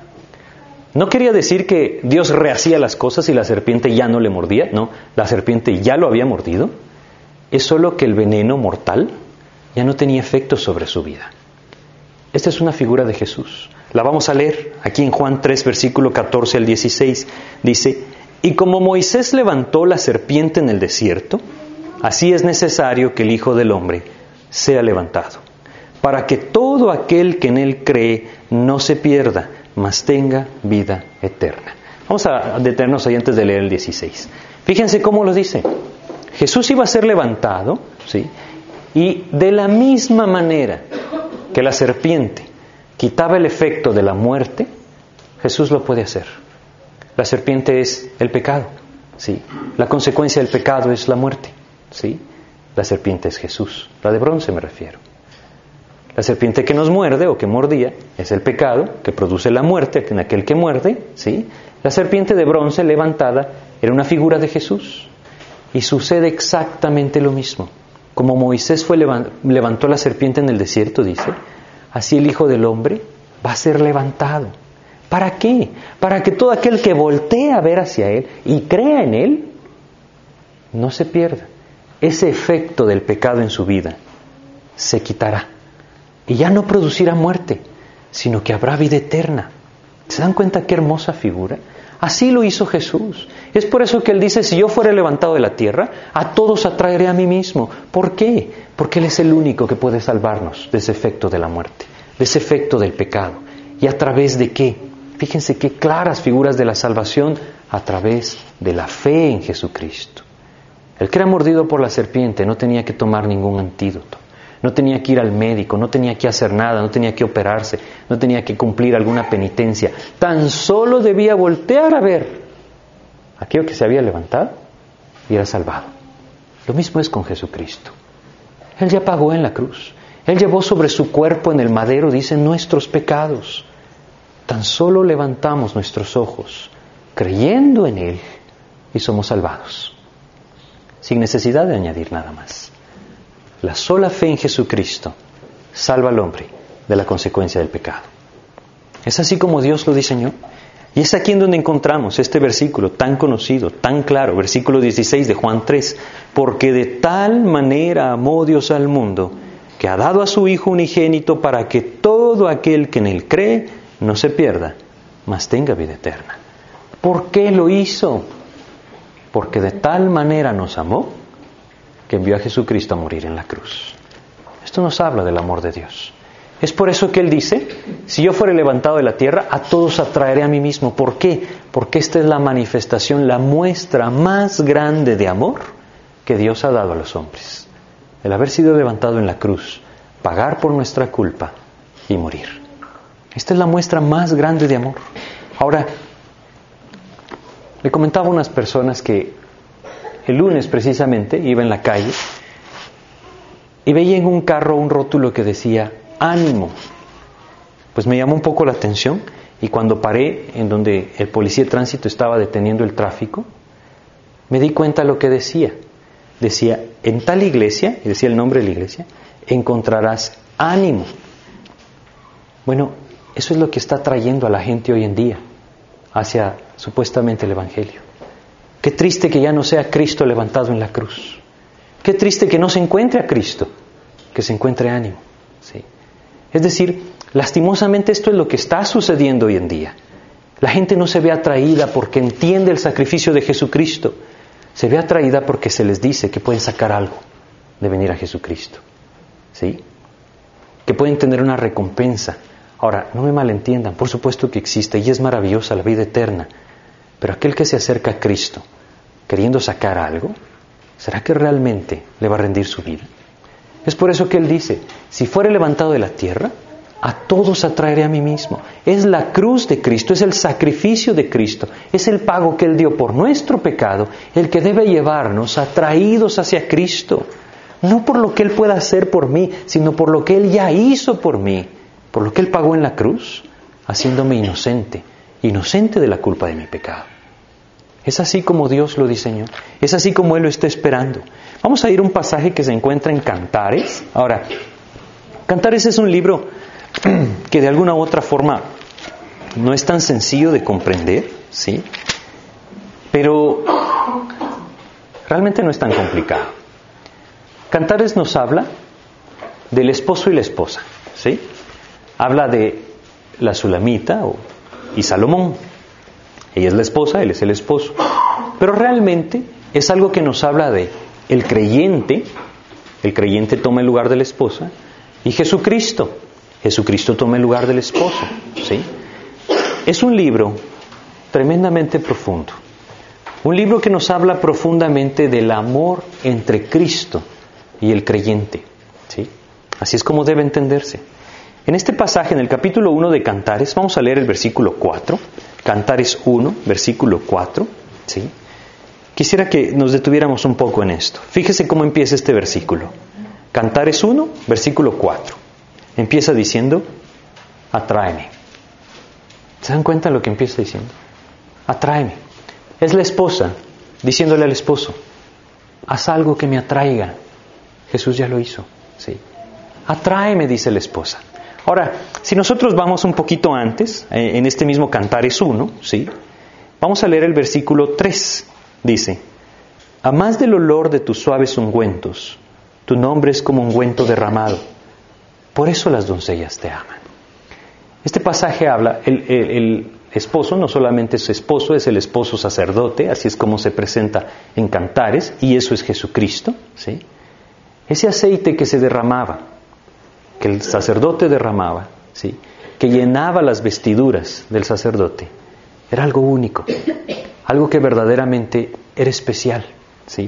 No quería decir que Dios rehacía las cosas y la serpiente ya no le mordía, no, la serpiente ya lo había mordido, es solo que el veneno mortal ya no tenía efecto sobre su vida. Esta es una figura de Jesús. La vamos a leer aquí en Juan tres, versículo catorce al dieciséis. Dice, y como Moisés levantó la serpiente en el desierto, así es necesario que el Hijo del Hombre sea levantado, para que todo aquel que en él cree no se pierda, mas tenga vida eterna. Vamos a detenernos ahí antes de leer el dieciséis. Fíjense cómo lo dice. Jesús iba a ser levantado, ¿sí? Y de la misma manera que la serpiente quitaba el efecto de la muerte, Jesús lo puede hacer. La serpiente es el pecado, ¿sí? La consecuencia del pecado es la muerte, ¿sí? La serpiente es Jesús, la de bronce me refiero. La serpiente que nos muerde o que mordía es el pecado que produce la muerte en aquel que muerde, ¿sí? La serpiente de bronce levantada era una figura de Jesús. Y sucede exactamente lo mismo. Como Moisés fue levant- levantó la serpiente en el desierto, dice, así el Hijo del Hombre va a ser levantado. ¿Para qué? Para que todo aquel que voltee a ver hacia Él y crea en Él, no se pierda. Ese efecto del pecado en su vida se quitará. Y ya no producirá muerte, sino que habrá vida eterna. ¿Se dan cuenta qué hermosa figura? Así lo hizo Jesús. Es por eso que Él dice, si yo fuera levantado de la tierra, a todos atraeré a mí mismo. ¿Por qué? Porque Él es el único que puede salvarnos de ese efecto de la muerte, de ese efecto del pecado. ¿Y a través de qué? Fíjense qué claras figuras de la salvación, a través de la fe en Jesucristo. El que era mordido por la serpiente no tenía que tomar ningún antídoto, no tenía que ir al médico, no tenía que hacer nada, no tenía que operarse, no tenía que cumplir alguna penitencia, tan solo debía voltear a ver aquello que se había levantado y era salvado. Lo mismo es con Jesucristo. Él ya pagó en la cruz, Él llevó sobre su cuerpo en el madero, dice, nuestros pecados. Tan solo levantamos nuestros ojos, creyendo en Él, y somos salvados, sin necesidad de añadir nada más. La sola fe en Jesucristo salva al hombre de la consecuencia del pecado. Es así como Dios lo diseñó. Y es aquí en donde encontramos este versículo tan conocido, tan claro, versículo dieciséis de Juan tres. Porque de tal manera amó Dios al mundo, que ha dado a su Hijo unigénito para que todo aquel que en Él cree no se pierda, mas tenga vida eterna. ¿Por qué lo hizo? Porque de tal manera nos amó, que envió a Jesucristo a morir en la cruz. Esto nos habla del amor de Dios. Es por eso que Él dice, si yo fuera levantado de la tierra, a todos atraeré a mí mismo. ¿Por qué? Porque esta es la manifestación, la muestra más grande de amor que Dios ha dado a los hombres. el haber sido levantado en la cruz, pagar por nuestra culpa y morir. Esta es la muestra más grande de amor. Ahora, le comentaba a unas personas que el lunes precisamente iba en la calle y veía en un carro un rótulo que decía ánimo. Pues me llamó un poco la atención y cuando paré en donde el policía de tránsito estaba deteniendo el tráfico, me di cuenta de lo que decía. Decía, en tal iglesia, y decía el nombre de la iglesia, encontrarás ánimo. Bueno, eso es lo que está trayendo a la gente hoy en día hacia supuestamente el Evangelio. Qué triste que ya no sea Cristo levantado en la cruz. Qué triste que no se encuentre a Cristo, que se encuentre ánimo. ¿Sí? Es decir, lastimosamente esto es lo que está sucediendo hoy en día. La gente no se ve atraída porque entiende el sacrificio de Jesucristo. Se ve atraída porque se les dice que pueden sacar algo de venir a Jesucristo. ¿Sí? Que pueden tener una recompensa. Ahora, no me malentiendan, por supuesto que existe y es maravillosa la vida eterna. Pero aquel que se acerca a Cristo queriendo sacar algo, ¿será que realmente le va a rendir su vida? Es por eso que Él dice, si fuere levantado de la tierra, a todos atraeré a mí mismo. Es la cruz de Cristo, es el sacrificio de Cristo, es el pago que Él dio por nuestro pecado, el que debe llevarnos atraídos hacia Cristo. No por lo que Él pueda hacer por mí, sino por lo que Él ya hizo por mí, por lo que Él pagó en la cruz, haciéndome inocente, inocente de la culpa de mi pecado. Es así como Dios lo diseñó, es así como Él lo está esperando. Vamos a ir a un pasaje que se encuentra en Cantares. Ahora, Cantares es un libro que de alguna u otra forma no es tan sencillo de comprender, ¿sí? Pero realmente no es tan complicado. Cantares nos habla del esposo y la esposa, ¿sí? Habla de la Sulamita y Salomón. Ella es la esposa, él es el esposo. Pero realmente es algo que nos habla de el creyente, el creyente toma el lugar de la esposa, y Jesucristo, Jesucristo toma el lugar del esposo, ¿sí? Es un libro tremendamente profundo. Un libro que nos habla profundamente del amor entre Cristo y el creyente, ¿sí? Así es como debe entenderse. En este pasaje, en el capítulo uno de Cantares, vamos a leer el versículo cuatro. Cantares uno, versículo cuatro, ¿sí? Quisiera que nos detuviéramos un poco en esto. Fíjese cómo empieza este versículo. Cantares uno, versículo cuatro. Empieza diciendo, atráeme. ¿Se dan cuenta de lo que empieza diciendo? Atráeme. Es la esposa diciéndole al esposo, haz algo que me atraiga. Jesús ya lo hizo, ¿sí? Atráeme, dice la esposa. Ahora, si nosotros vamos un poquito antes, eh, en este mismo Cantares uno, ¿sí? Vamos a leer el versículo tres. Dice, a más del olor de tus suaves ungüentos, tu nombre es como ungüento derramado. Por eso las doncellas te aman. Este pasaje habla, el, el, el esposo no solamente es esposo, es el esposo sacerdote, así es como se presenta en Cantares, y eso es Jesucristo, ¿sí? Ese aceite que se derramaba, que el sacerdote derramaba, ¿sí? Que llenaba las vestiduras del sacerdote, era algo único, algo que verdaderamente era especial, ¿sí?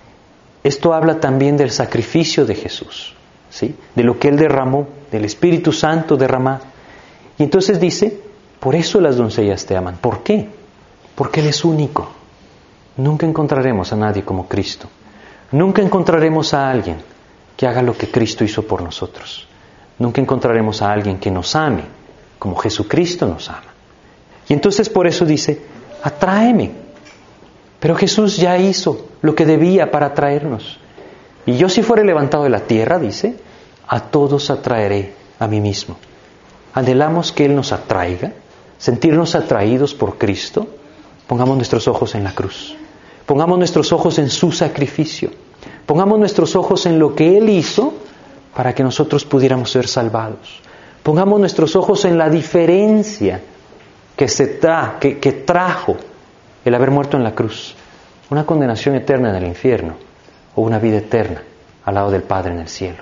Esto habla también del sacrificio de Jesús, ¿sí? De lo que Él derramó, del Espíritu Santo derramado. Y entonces dice, por eso las doncellas te aman. ¿Por qué? Porque Él es único. Nunca encontraremos a nadie como Cristo. Nunca encontraremos a alguien que haga lo que Cristo hizo por nosotros. Nunca encontraremos a alguien que nos ame como Jesucristo nos ama. Y entonces por eso dice, atráeme. Pero Jesús ya hizo lo que debía para atraernos. Y yo si fuere levantado de la tierra, dice, a todos atraeré a mí mismo. Anhelamos que Él nos atraiga, sentirnos atraídos por Cristo. Pongamos nuestros ojos en la cruz. Pongamos nuestros ojos en su sacrificio. Pongamos nuestros ojos en lo que Él hizo para que nosotros pudiéramos ser salvados. Pongamos nuestros ojos en la diferencia que, se tra- que, que trajo el haber muerto en la cruz. Una condenación eterna en el infierno o una vida eterna al lado del Padre en el cielo.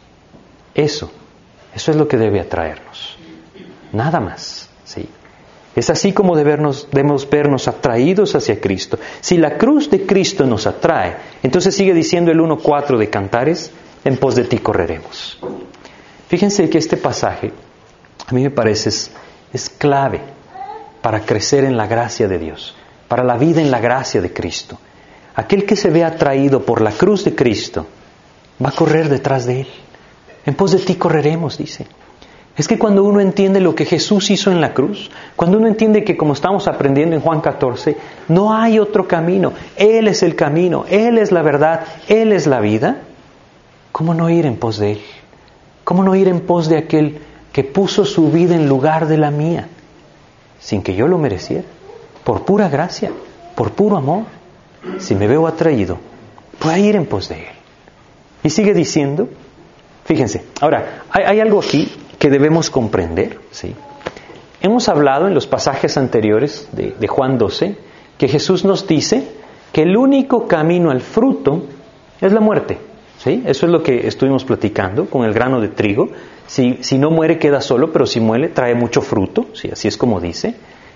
Eso, eso es lo que debe atraernos. Nada más, ¿sí? Es así como debemos, debemos vernos atraídos hacia Cristo. Si la cruz de Cristo nos atrae, entonces sigue diciendo el uno cuatro de Cantares, en pos de ti correremos. Fíjense que este pasaje, a mí me parece, es, es clave para crecer en la gracia de Dios, para la vida en la gracia de Cristo. Aquel que se ve atraído por la cruz de Cristo va a correr detrás de Él. En pos de ti correremos, dice. Es que cuando uno entiende lo que Jesús hizo en la cruz, cuando uno entiende que, como estamos aprendiendo en Juan catorce, no hay otro camino, Él es el camino, Él es la verdad, Él es la vida, ¿cómo no ir en pos de Él? ¿Cómo no ir en pos de aquel que puso su vida en lugar de la mía, sin que yo lo mereciera, por pura gracia, por puro amor? Si me veo atraído, voy a ir en pos de Él. Y sigue diciendo, fíjense, ahora, hay, hay algo aquí que debemos comprender, ¿sí? Hemos hablado en los pasajes anteriores de, de Juan doce, que Jesús nos dice que el único camino al fruto es la muerte, ¿sí? Eso es lo que estuvimos platicando con el grano de trigo. Si, si no muere queda solo, pero si muere trae mucho fruto, ¿sí? Así es como dice.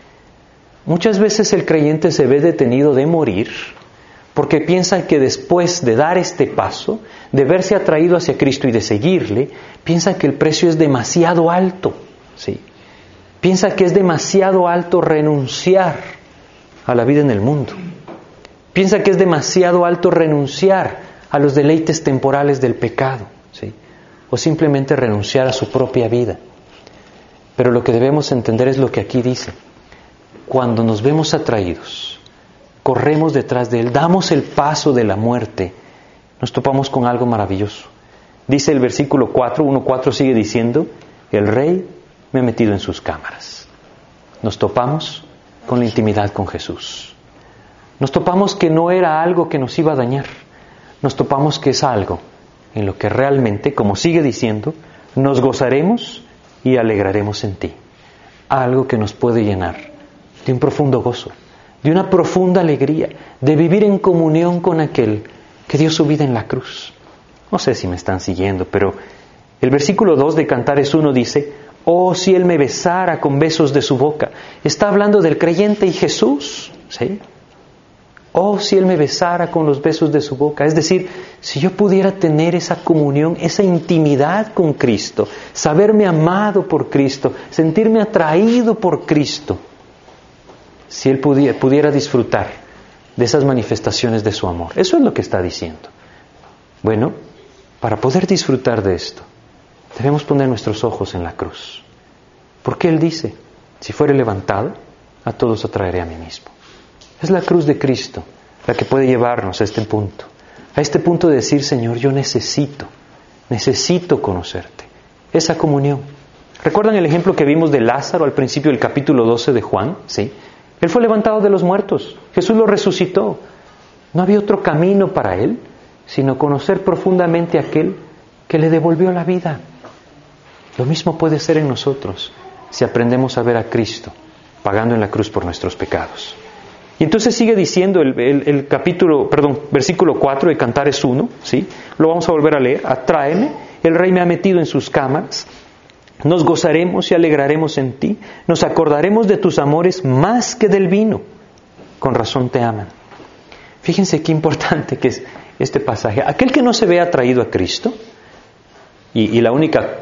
Muchas veces el creyente se ve detenido de morir porque piensa que después de dar este paso, de verse atraído hacia Cristo y de seguirle, piensa que el precio es demasiado alto, ¿sí? Piensa que es demasiado alto renunciar a la vida en el mundo. Piensa que es demasiado alto renunciar a los deleites temporales del pecado, ¿sí? O simplemente renunciar a su propia vida. Pero lo que debemos entender es lo que aquí dice. Cuando nos vemos atraídos, corremos detrás de Él, damos el paso de la muerte, nos topamos con algo maravilloso. Dice el versículo cuatro, uno cuatro sigue diciendo, el Rey me ha metido en sus cámaras. Nos topamos con la intimidad con Jesús. Nos topamos que no era algo que nos iba a dañar. Nos topamos que es algo en lo que realmente, como sigue diciendo, nos gozaremos y alegraremos en ti. Algo que nos puede llenar de un profundo gozo, de una profunda alegría, de vivir en comunión con aquel que dio su vida en la cruz. No sé si me están siguiendo, pero el versículo dos de Cantares uno dice, oh, si Él me besara con besos de su boca. Está hablando del creyente y Jesús, ¿sí? Oh, si Él me besara con los besos de su boca. Es decir, si yo pudiera tener esa comunión, esa intimidad con Cristo, saberme amado por Cristo, sentirme atraído por Cristo, si Él pudiera, pudiera disfrutar de esas manifestaciones de su amor. Eso es lo que está diciendo. Bueno, para poder disfrutar de esto, debemos poner nuestros ojos en la cruz. Porque Él dice, si fuere levantado, a todos atraeré a mí mismo. Es la cruz de Cristo la que puede llevarnos a este punto. A este punto de decir, Señor, yo necesito, necesito conocerte. Esa comunión. ¿Recuerdan el ejemplo que vimos de Lázaro al principio del capítulo doce de Juan? ¿Sí? Él fue levantado de los muertos. Jesús lo resucitó. No había otro camino para él, sino conocer profundamente a aquel que le devolvió la vida. Lo mismo puede ser en nosotros, si aprendemos a ver a Cristo, pagando en la cruz por nuestros pecados. Y entonces sigue diciendo el, el, el capítulo, perdón, versículo cuatro de Cantares uno, ¿sí? Lo vamos a volver a leer. Atráeme, el Rey me ha metido en sus cámaras. Nos gozaremos y alegraremos en ti. Nos acordaremos de tus amores más que del vino. Con razón te aman. Fíjense qué importante que es este pasaje. Aquel que no se ve atraído a Cristo, y, y la única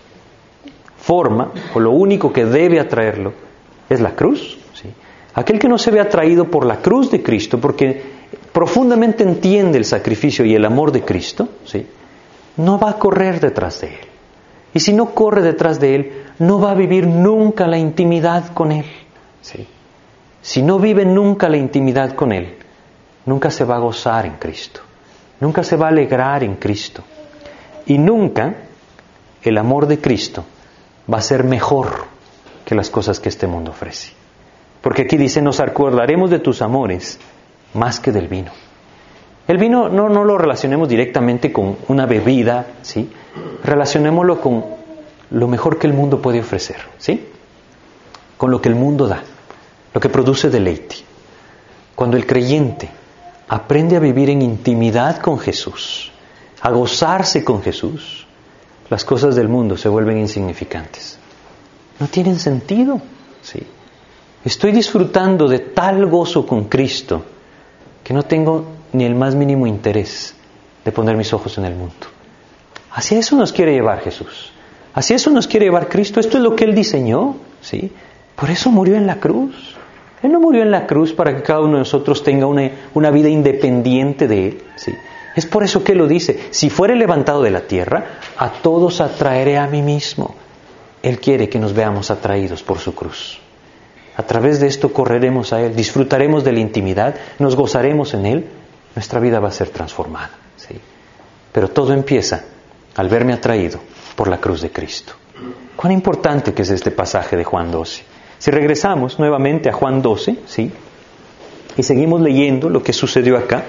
forma, o lo único que debe atraerlo, es la cruz. ¿Sí? Aquel que no se ve atraído por la cruz de Cristo, porque profundamente entiende el sacrificio y el amor de Cristo, ¿sí? No va a correr detrás de Él. Y si no corre detrás de Él, no va a vivir nunca la intimidad con Él. ¿Sí? Si no vive nunca la intimidad con Él, nunca se va a gozar en Cristo. Nunca se va a alegrar en Cristo. Y nunca el amor de Cristo va a ser mejor que las cosas que este mundo ofrece. Porque aquí dice, nos acordaremos de tus amores más que del vino. El vino no, no lo relacionemos directamente con una bebida, ¿sí? Relacionémoslo con lo mejor que el mundo puede ofrecer, ¿sí? Con lo que el mundo da, lo que produce deleite. Cuando el creyente aprende a vivir en intimidad con Jesús, a gozarse con Jesús, las cosas del mundo se vuelven insignificantes. No tienen sentido, ¿sí? Estoy disfrutando de tal gozo con Cristo que no tengo ni el más mínimo interés de poner mis ojos en el mundo. Hacia eso nos quiere llevar Jesús. Hacia eso nos quiere llevar Cristo. Esto es lo que Él diseñó, ¿sí? Por eso murió en la cruz. Él no murió en la cruz para que cada uno de nosotros tenga una, una vida independiente de Él, ¿sí? Es por eso que Él lo dice. Si fuere levantado de la tierra, a todos atraeré a mí mismo. Él quiere que nos veamos atraídos por su cruz. A través de esto correremos a Él, disfrutaremos de la intimidad, nos gozaremos en Él, nuestra vida va a ser transformada, ¿sí? Pero todo empieza al verme atraído por la cruz de Cristo. Cuán importante que es este pasaje de Juan doce. Si regresamos nuevamente a Juan doce, ¿sí? Y seguimos leyendo lo que sucedió acá.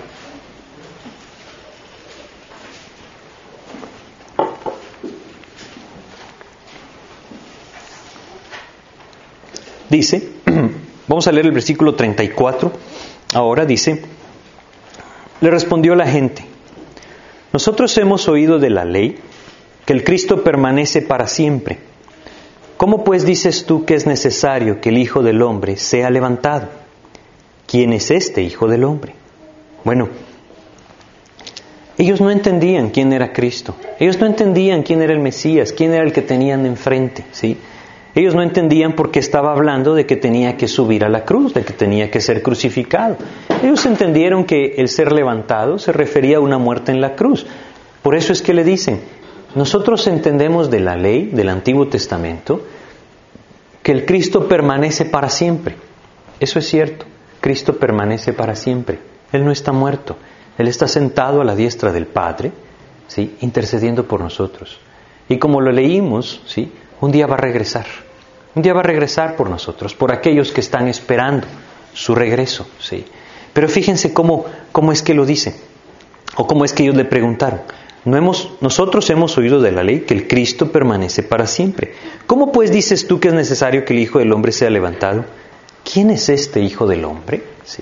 Dice, vamos a leer el versículo treinta y cuatro, ahora dice, le respondió la gente, nosotros hemos oído de la ley que el Cristo permanece para siempre. ¿Cómo pues dices tú que es necesario que el Hijo del Hombre sea levantado? ¿Quién es este Hijo del Hombre? Bueno, ellos no entendían quién era Cristo. Ellos no entendían quién era el Mesías, quién era el que tenían enfrente, ¿sí? Ellos no entendían por qué estaba hablando de que tenía que subir a la cruz, de que tenía que ser crucificado. Ellos entendieron que el ser levantado se refería a una muerte en la cruz. Por eso es que le dicen, nosotros entendemos de la ley del Antiguo Testamento que el Cristo permanece para siempre. Eso es cierto, Cristo permanece para siempre. Él no está muerto, Él está sentado a la diestra del Padre, ¿sí? Intercediendo por nosotros. Y como lo leímos, ¿sí? Un día va a regresar, un día va a regresar por nosotros, por aquellos que están esperando su regreso, ¿sí? Pero fíjense cómo, cómo es que lo dice, o cómo es que ellos le preguntaron. No hemos, nosotros hemos oído de la ley que el Cristo permanece para siempre. ¿Cómo pues dices tú que es necesario que el Hijo del Hombre sea levantado? ¿Quién es este Hijo del Hombre? ¿Sí?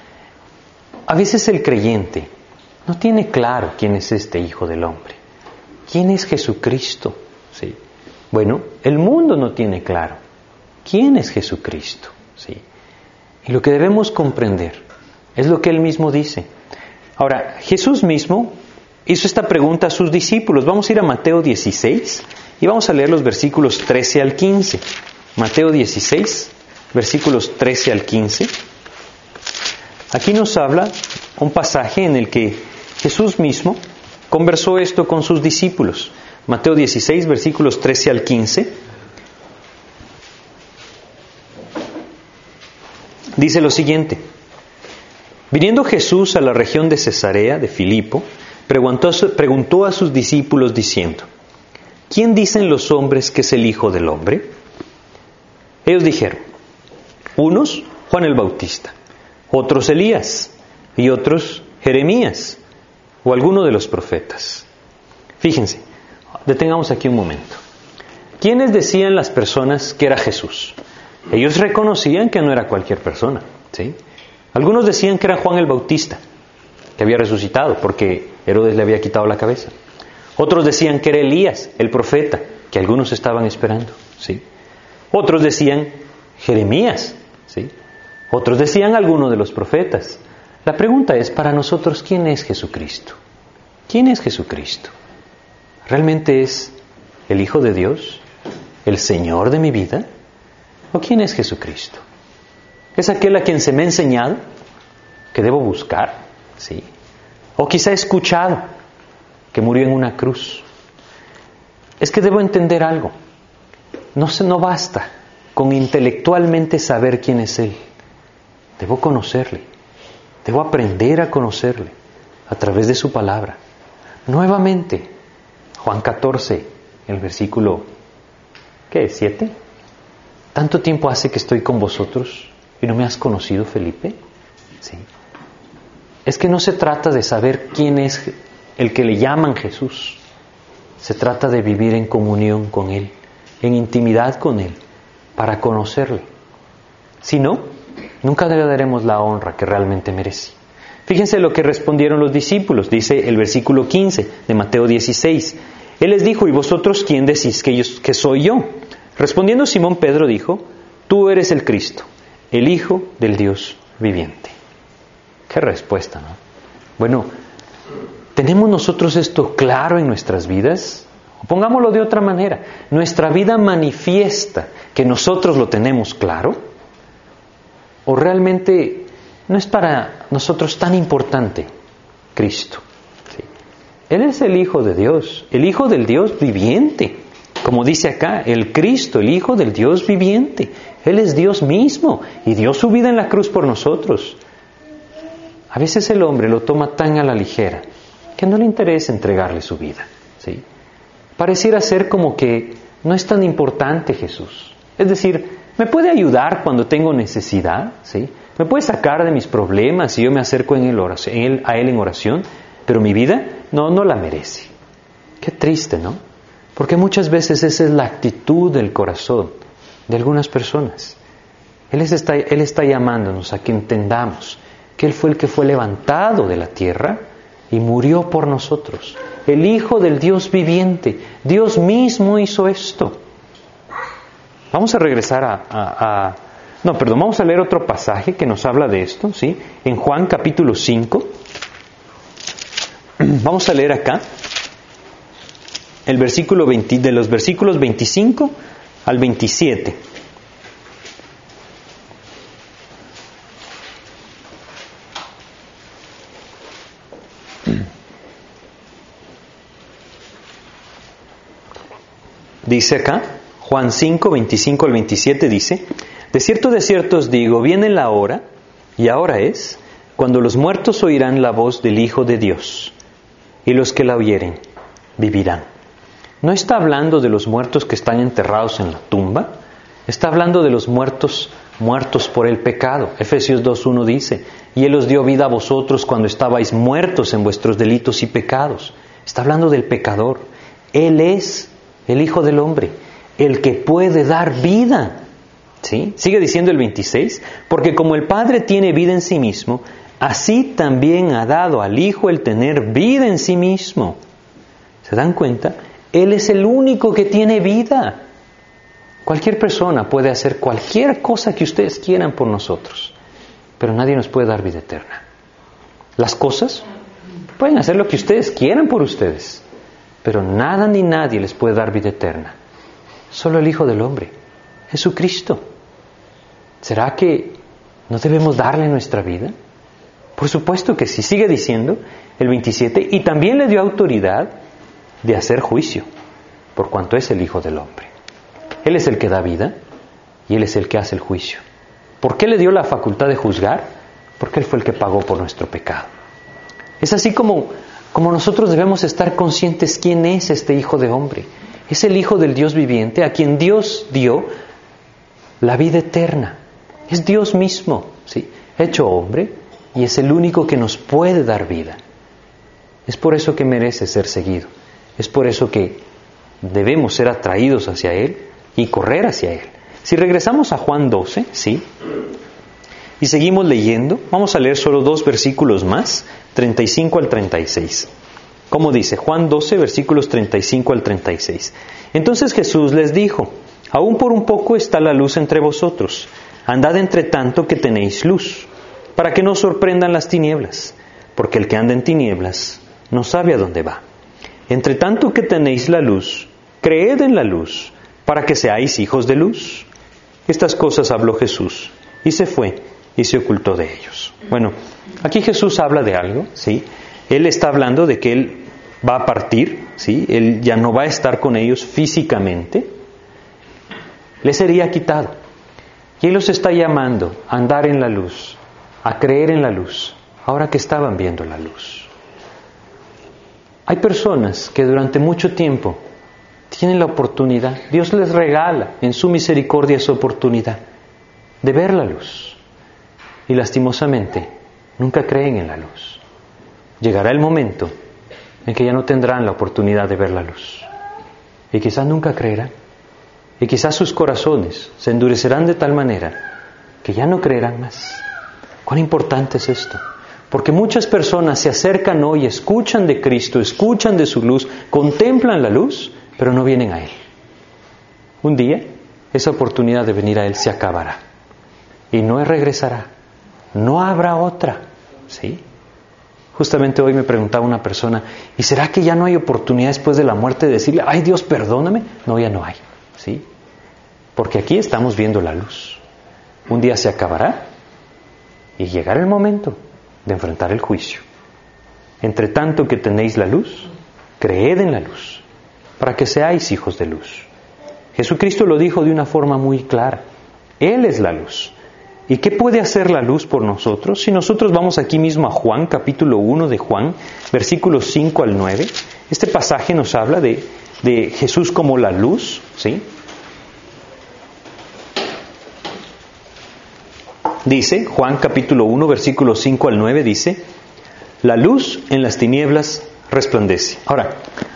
A veces el creyente no tiene claro quién es este Hijo del Hombre. ¿Quién es Jesucristo? ¿Sí? Bueno, el mundo no tiene claro quién es Jesucristo, ¿sí? Y lo que debemos comprender es lo que Él mismo dice. Ahora, Jesús mismo hizo esta pregunta a sus discípulos. Vamos a ir a Mateo dieciséis y vamos a leer los versículos trece al quince. Mateo dieciséis, versículos trece al quince. Aquí nos habla un pasaje en el que Jesús mismo conversó esto con sus discípulos. Mateo dieciséis, versículos trece al quince. Dice lo siguiente. Viniendo Jesús a la región de Cesarea de Filipo, preguntó, preguntó a sus discípulos diciendo, ¿quién dicen los hombres que es el Hijo del Hombre? Ellos dijeron, unos Juan el Bautista, otros Elías y otros Jeremías o alguno de los profetas. Fíjense. Detengamos aquí un momento. ¿Quiénes decían las personas que era Jesús? Ellos reconocían que no era cualquier persona, ¿sí? Algunos decían que era Juan el Bautista, que había resucitado porque Herodes le había quitado la cabeza. Otros decían que era Elías, el profeta, que algunos estaban esperando, ¿sí? Otros decían Jeremías, ¿sí? Otros decían alguno de los profetas. La pregunta es para nosotros, ¿quién es Jesucristo? ¿Quién es Jesucristo? ¿Realmente es el Hijo de Dios? ¿El Señor de mi vida? ¿O quién es Jesucristo? ¿Es aquel a quien se me ha enseñado? ¿Que debo buscar? ¿Sí? ¿O quizá he escuchado que murió en una cruz? Es que debo entender algo. No, se, no basta con intelectualmente saber quién es Él. Debo conocerle. Debo aprender a conocerle a través de su palabra. Nuevamente, Juan catorce, el versículo, ¿qué es? ¿siete? ¿Tanto tiempo hace que estoy con vosotros y no me has conocido, Felipe? Sí. Es que no se trata de saber quién es el que le llaman Jesús. Se trata de vivir en comunión con Él, en intimidad con Él, para conocerle. Si no, nunca le daremos la honra que realmente merece. Fíjense lo que respondieron los discípulos, dice el versículo quince de Mateo dieciséis. Él les dijo, ¿y vosotros quién decís que, yo, que soy yo? Respondiendo Simón Pedro dijo, tú eres el Cristo, el Hijo del Dios viviente. Qué respuesta, ¿no? Bueno, ¿Tenemos nosotros esto claro en nuestras vidas? O pongámoslo de otra manera, ¿nuestra vida manifiesta que nosotros lo tenemos claro? ¿O realmente no es para nosotros tan importante Cristo? ¿Sí? Él es el Hijo de Dios, el Hijo del Dios viviente. Como dice acá, el Cristo, el Hijo del Dios viviente. Él es Dios mismo y dio su vida en la cruz por nosotros. A veces el hombre lo toma tan a la ligera que no le interesa entregarle su vida, ¿sí? Pareciera ser como que no es tan importante Jesús. Es decir, me puede ayudar cuando tengo necesidad, ¿sí? Me puede sacar de mis problemas si yo me acerco en él oración, en él, a Él en oración, pero mi vida no, no la merece. Qué triste, ¿no? Porque muchas veces esa es la actitud del corazón de algunas personas. Él está, Él está llamándonos a que entendamos que Él fue el que fue levantado de la tierra y murió por nosotros. El Hijo del Dios viviente. Dios mismo hizo esto. Vamos a regresar a, a, a... No, perdón, vamos a leer otro pasaje que nos habla de esto, ¿sí? En Juan capítulo cinco. Vamos a leer acá el versículo veinte, de los versículos veinticinco al veintisiete. Dice acá, Juan cinco, veinticinco al veintisiete dice: de cierto, de cierto os digo, viene la hora, y ahora es, cuando los muertos oirán la voz del Hijo de Dios, y los que la oyeren vivirán. No está hablando de los muertos que están enterrados en la tumba, está hablando de los muertos, muertos por el pecado. Efesios dos uno dice: y Él os dio vida a vosotros cuando estabais muertos en vuestros delitos y pecados. Está hablando del pecador. Él es el Hijo del Hombre, el que puede dar vida. ¿Sí? Sigue diciendo el veintiséis, porque como el Padre tiene vida en sí mismo, así también ha dado al Hijo el tener vida en sí mismo. ¿Se dan cuenta? Él es el único que tiene vida. Cualquier persona puede hacer cualquier cosa que ustedes quieran por nosotros, pero nadie nos puede dar vida eterna. Las cosas pueden hacer lo que ustedes quieran por ustedes, pero nada ni nadie les puede dar vida eterna. Solo el Hijo del Hombre, Jesucristo. ¿Será que no debemos darle nuestra vida? Por supuesto que sí. Sigue diciendo el veintisiete, y también le dio autoridad de hacer juicio, por cuanto es el Hijo del Hombre. Él es el que da vida y Él es el que hace el juicio. ¿Por qué le dio la facultad de juzgar? Porque Él fue el que pagó por nuestro pecado. Es así como, como nosotros debemos estar conscientes quién es este Hijo de Hombre. Es el Hijo del Dios viviente, a quien Dios dio la vida eterna. Es Dios mismo, ¿sí? Hecho hombre, y es el único que nos puede dar vida. Es por eso que merece ser seguido. Es por eso que debemos ser atraídos hacia Él y correr hacia Él. Si regresamos a Juan doce, ¿sí? Y seguimos leyendo, vamos a leer solo dos versículos más, treinta y cinco al treinta y seis. ¿Cómo dice? Juan doce, versículos treinta y cinco al treinta y seis. Entonces Jesús les dijo: aún por un poco está la luz entre vosotros. Andad entre tanto que tenéis luz, para que no os sorprendan las tinieblas, porque el que anda en tinieblas no sabe a dónde va. Entre tanto que tenéis la luz, creed en la luz, para que seáis hijos de luz. Estas cosas habló Jesús, y se fue, y se ocultó de ellos. Bueno, aquí Jesús habla de algo, ¿sí? Él está hablando de que Él va a partir, ¿sí? Él ya no va a estar con ellos físicamente. Les sería quitado. Y Él los está llamando a andar en la luz, a creer en la luz, ahora que estaban viendo la luz. Hay personas que durante mucho tiempo tienen la oportunidad, Dios les regala en su misericordia esa oportunidad de ver la luz. Y lastimosamente, nunca creen en la luz. Llegará el momento en que ya no tendrán la oportunidad de ver la luz. Y quizás nunca creerán. Y quizás sus corazones se endurecerán de tal manera que ya no creerán más. ¿Cuán importante es esto? Porque muchas personas se acercan hoy, escuchan de Cristo, escuchan de su luz, contemplan la luz, pero no vienen a Él. Un día, esa oportunidad de venir a Él se acabará. Y no regresará. No habrá otra. ¿Sí? Justamente hoy me preguntaba una persona, ¿y será que ya no hay oportunidad después de la muerte de decirle, ay Dios, perdóname? No, ya no hay, ¿sí? Porque aquí estamos viendo la luz. Un día se acabará y llegará el momento de enfrentar el juicio. Entre tanto que tenéis la luz, creed en la luz, para que seáis hijos de luz. Jesucristo lo dijo de una forma muy clara. Él es la luz. ¿Y qué puede hacer la luz por nosotros? Si nosotros vamos aquí mismo a Juan, capítulo uno de Juan, versículos cinco al nueve, este pasaje nos habla de, de Jesús como la luz, ¿sí? Dice, Juan capítulo uno, versículos cinco al nueve, dice, la luz en las tinieblas resplandece. Ahora,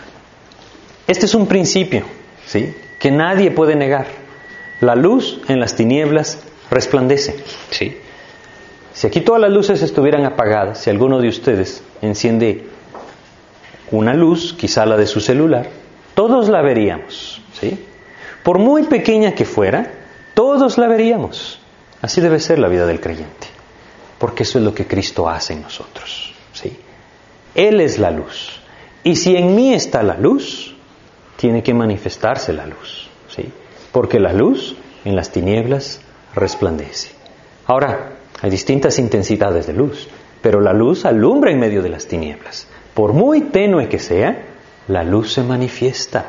este es un principio, ¿sí?, que nadie puede negar. La luz en las tinieblas resplandece, ¿sí? Si aquí todas las luces estuvieran apagadas, si alguno de ustedes enciende una luz, quizá la de su celular, todos la veríamos, ¿sí? Por muy pequeña que fuera, todos la veríamos. Así debe ser la vida del creyente, porque eso es lo que Cristo hace en nosotros, ¿sí? Él es la luz. Y si en mí está la luz, tiene que manifestarse la luz, ¿sí? Porque la luz en las tinieblas resplandece. Ahora, hay distintas intensidades de luz, pero la luz alumbra en medio de las tinieblas. Por muy tenue que sea, la luz se manifiesta.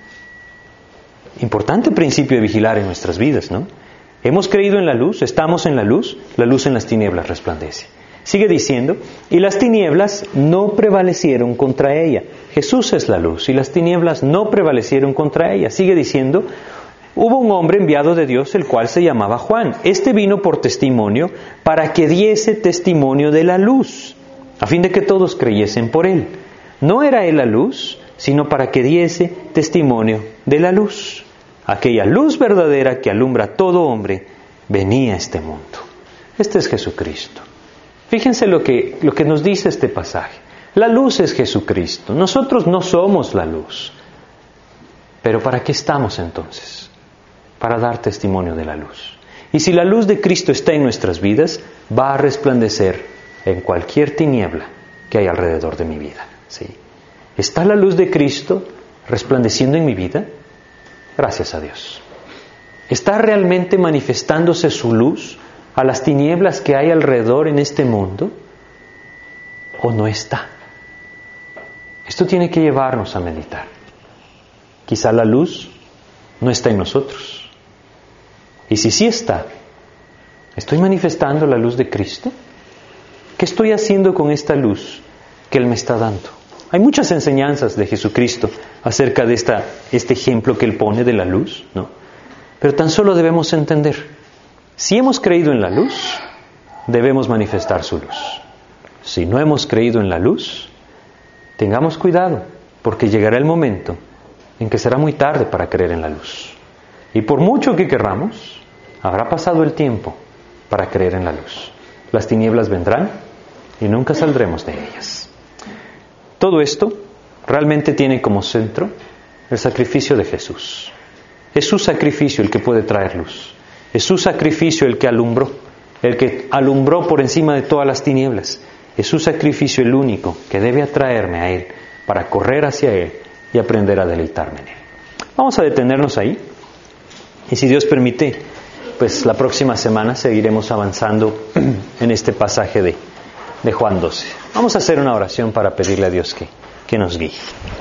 Importante principio de vigilar en nuestras vidas, ¿no? Hemos creído en la luz, estamos en la luz, la luz en las tinieblas resplandece. Sigue diciendo, y las tinieblas no prevalecieron contra ella. Jesús es la luz, y las tinieblas no prevalecieron contra ella. Sigue diciendo, hubo un hombre enviado de Dios, el cual se llamaba Juan. Este vino por testimonio, para que diese testimonio de la luz, a fin de que todos creyesen por él. No era él la luz, sino para que diese testimonio de la luz. Aquella luz verdadera que alumbra a todo hombre, venía a este mundo. Este es Jesucristo. Fíjense lo que, lo que nos dice este pasaje. La luz es Jesucristo. Nosotros no somos la luz. Pero ¿para qué estamos entonces? Para dar testimonio de la luz. Y si la luz de Cristo está en nuestras vidas, va a resplandecer en cualquier tiniebla que hay alrededor de mi vida, ¿sí? ¿Está la luz de Cristo resplandeciendo en mi vida? Gracias a Dios. ¿Está realmente manifestándose su luz a las tinieblas que hay alrededor en este mundo? ¿O no está? Esto tiene que llevarnos a meditar. Quizá la luz no está en nosotros. Y si sí está, ¿estoy manifestando la luz de Cristo? ¿Qué estoy haciendo con esta luz que Él me está dando? Hay muchas enseñanzas de Jesucristo acerca de esta, este ejemplo que Él pone de la luz, ¿no? Pero tan solo debemos entender, si hemos creído en la luz, debemos manifestar su luz. Si no hemos creído en la luz, tengamos cuidado, porque llegará el momento en que será muy tarde para creer en la luz. Y por mucho que querramos, habrá pasado el tiempo para creer en la luz. Las tinieblas vendrán y nunca saldremos de ellas. Todo esto realmente tiene como centro el sacrificio de Jesús. Es su sacrificio el que puede traer luz. Es su sacrificio el que alumbró, el que alumbró por encima de todas las tinieblas. Es su sacrificio el único que debe atraerme a Él para correr hacia Él y aprender a deleitarme en Él. Vamos a detenernos ahí y si Dios permite, pues la próxima semana seguiremos avanzando en este pasaje de, de Juan doce. Vamos a hacer una oración para pedirle a Dios que, que nos guíe.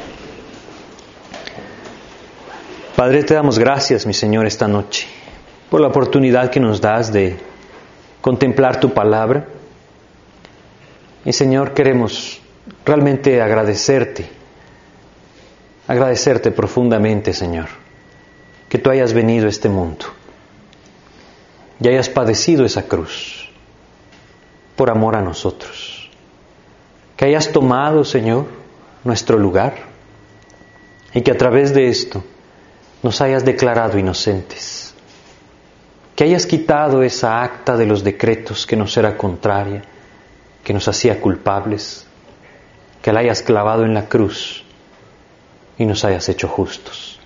Padre, te damos gracias, mi Señor, esta noche, por la oportunidad que nos das de contemplar tu palabra. Y Señor, queremos realmente agradecerte, agradecerte profundamente, Señor, que tú hayas venido a este mundo y hayas padecido esa cruz por amor a nosotros. Que hayas tomado, Señor, nuestro lugar y que a través de esto nos hayas declarado inocentes. Que hayas quitado esa acta de los decretos que nos era contraria, que nos hacía culpables, que la hayas clavado en la cruz y nos hayas hecho justos.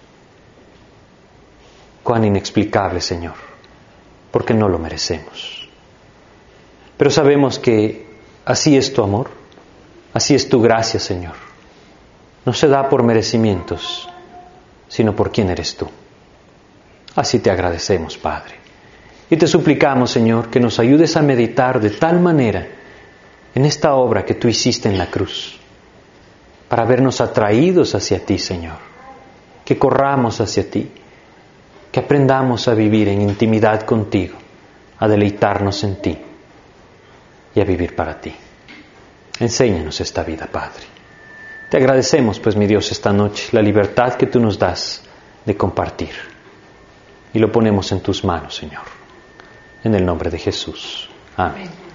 Cuán inexplicable, Señor, porque no lo merecemos. Pero sabemos que así es tu amor Así es tu gracia, Señor. No se da por merecimientos, sino por quién eres tú. Así te agradecemos, Padre. Y te suplicamos, Señor, que nos ayudes a meditar de tal manera en esta obra que tú hiciste en la cruz, para vernos atraídos hacia ti, Señor, que corramos hacia ti, que aprendamos a vivir en intimidad contigo, a deleitarnos en ti y a vivir para ti. Enséñanos esta vida, Padre. Te agradecemos, pues, mi Dios, esta noche, la libertad que tú nos das de compartir. Y lo ponemos en tus manos, Señor. En el nombre de Jesús. Amén.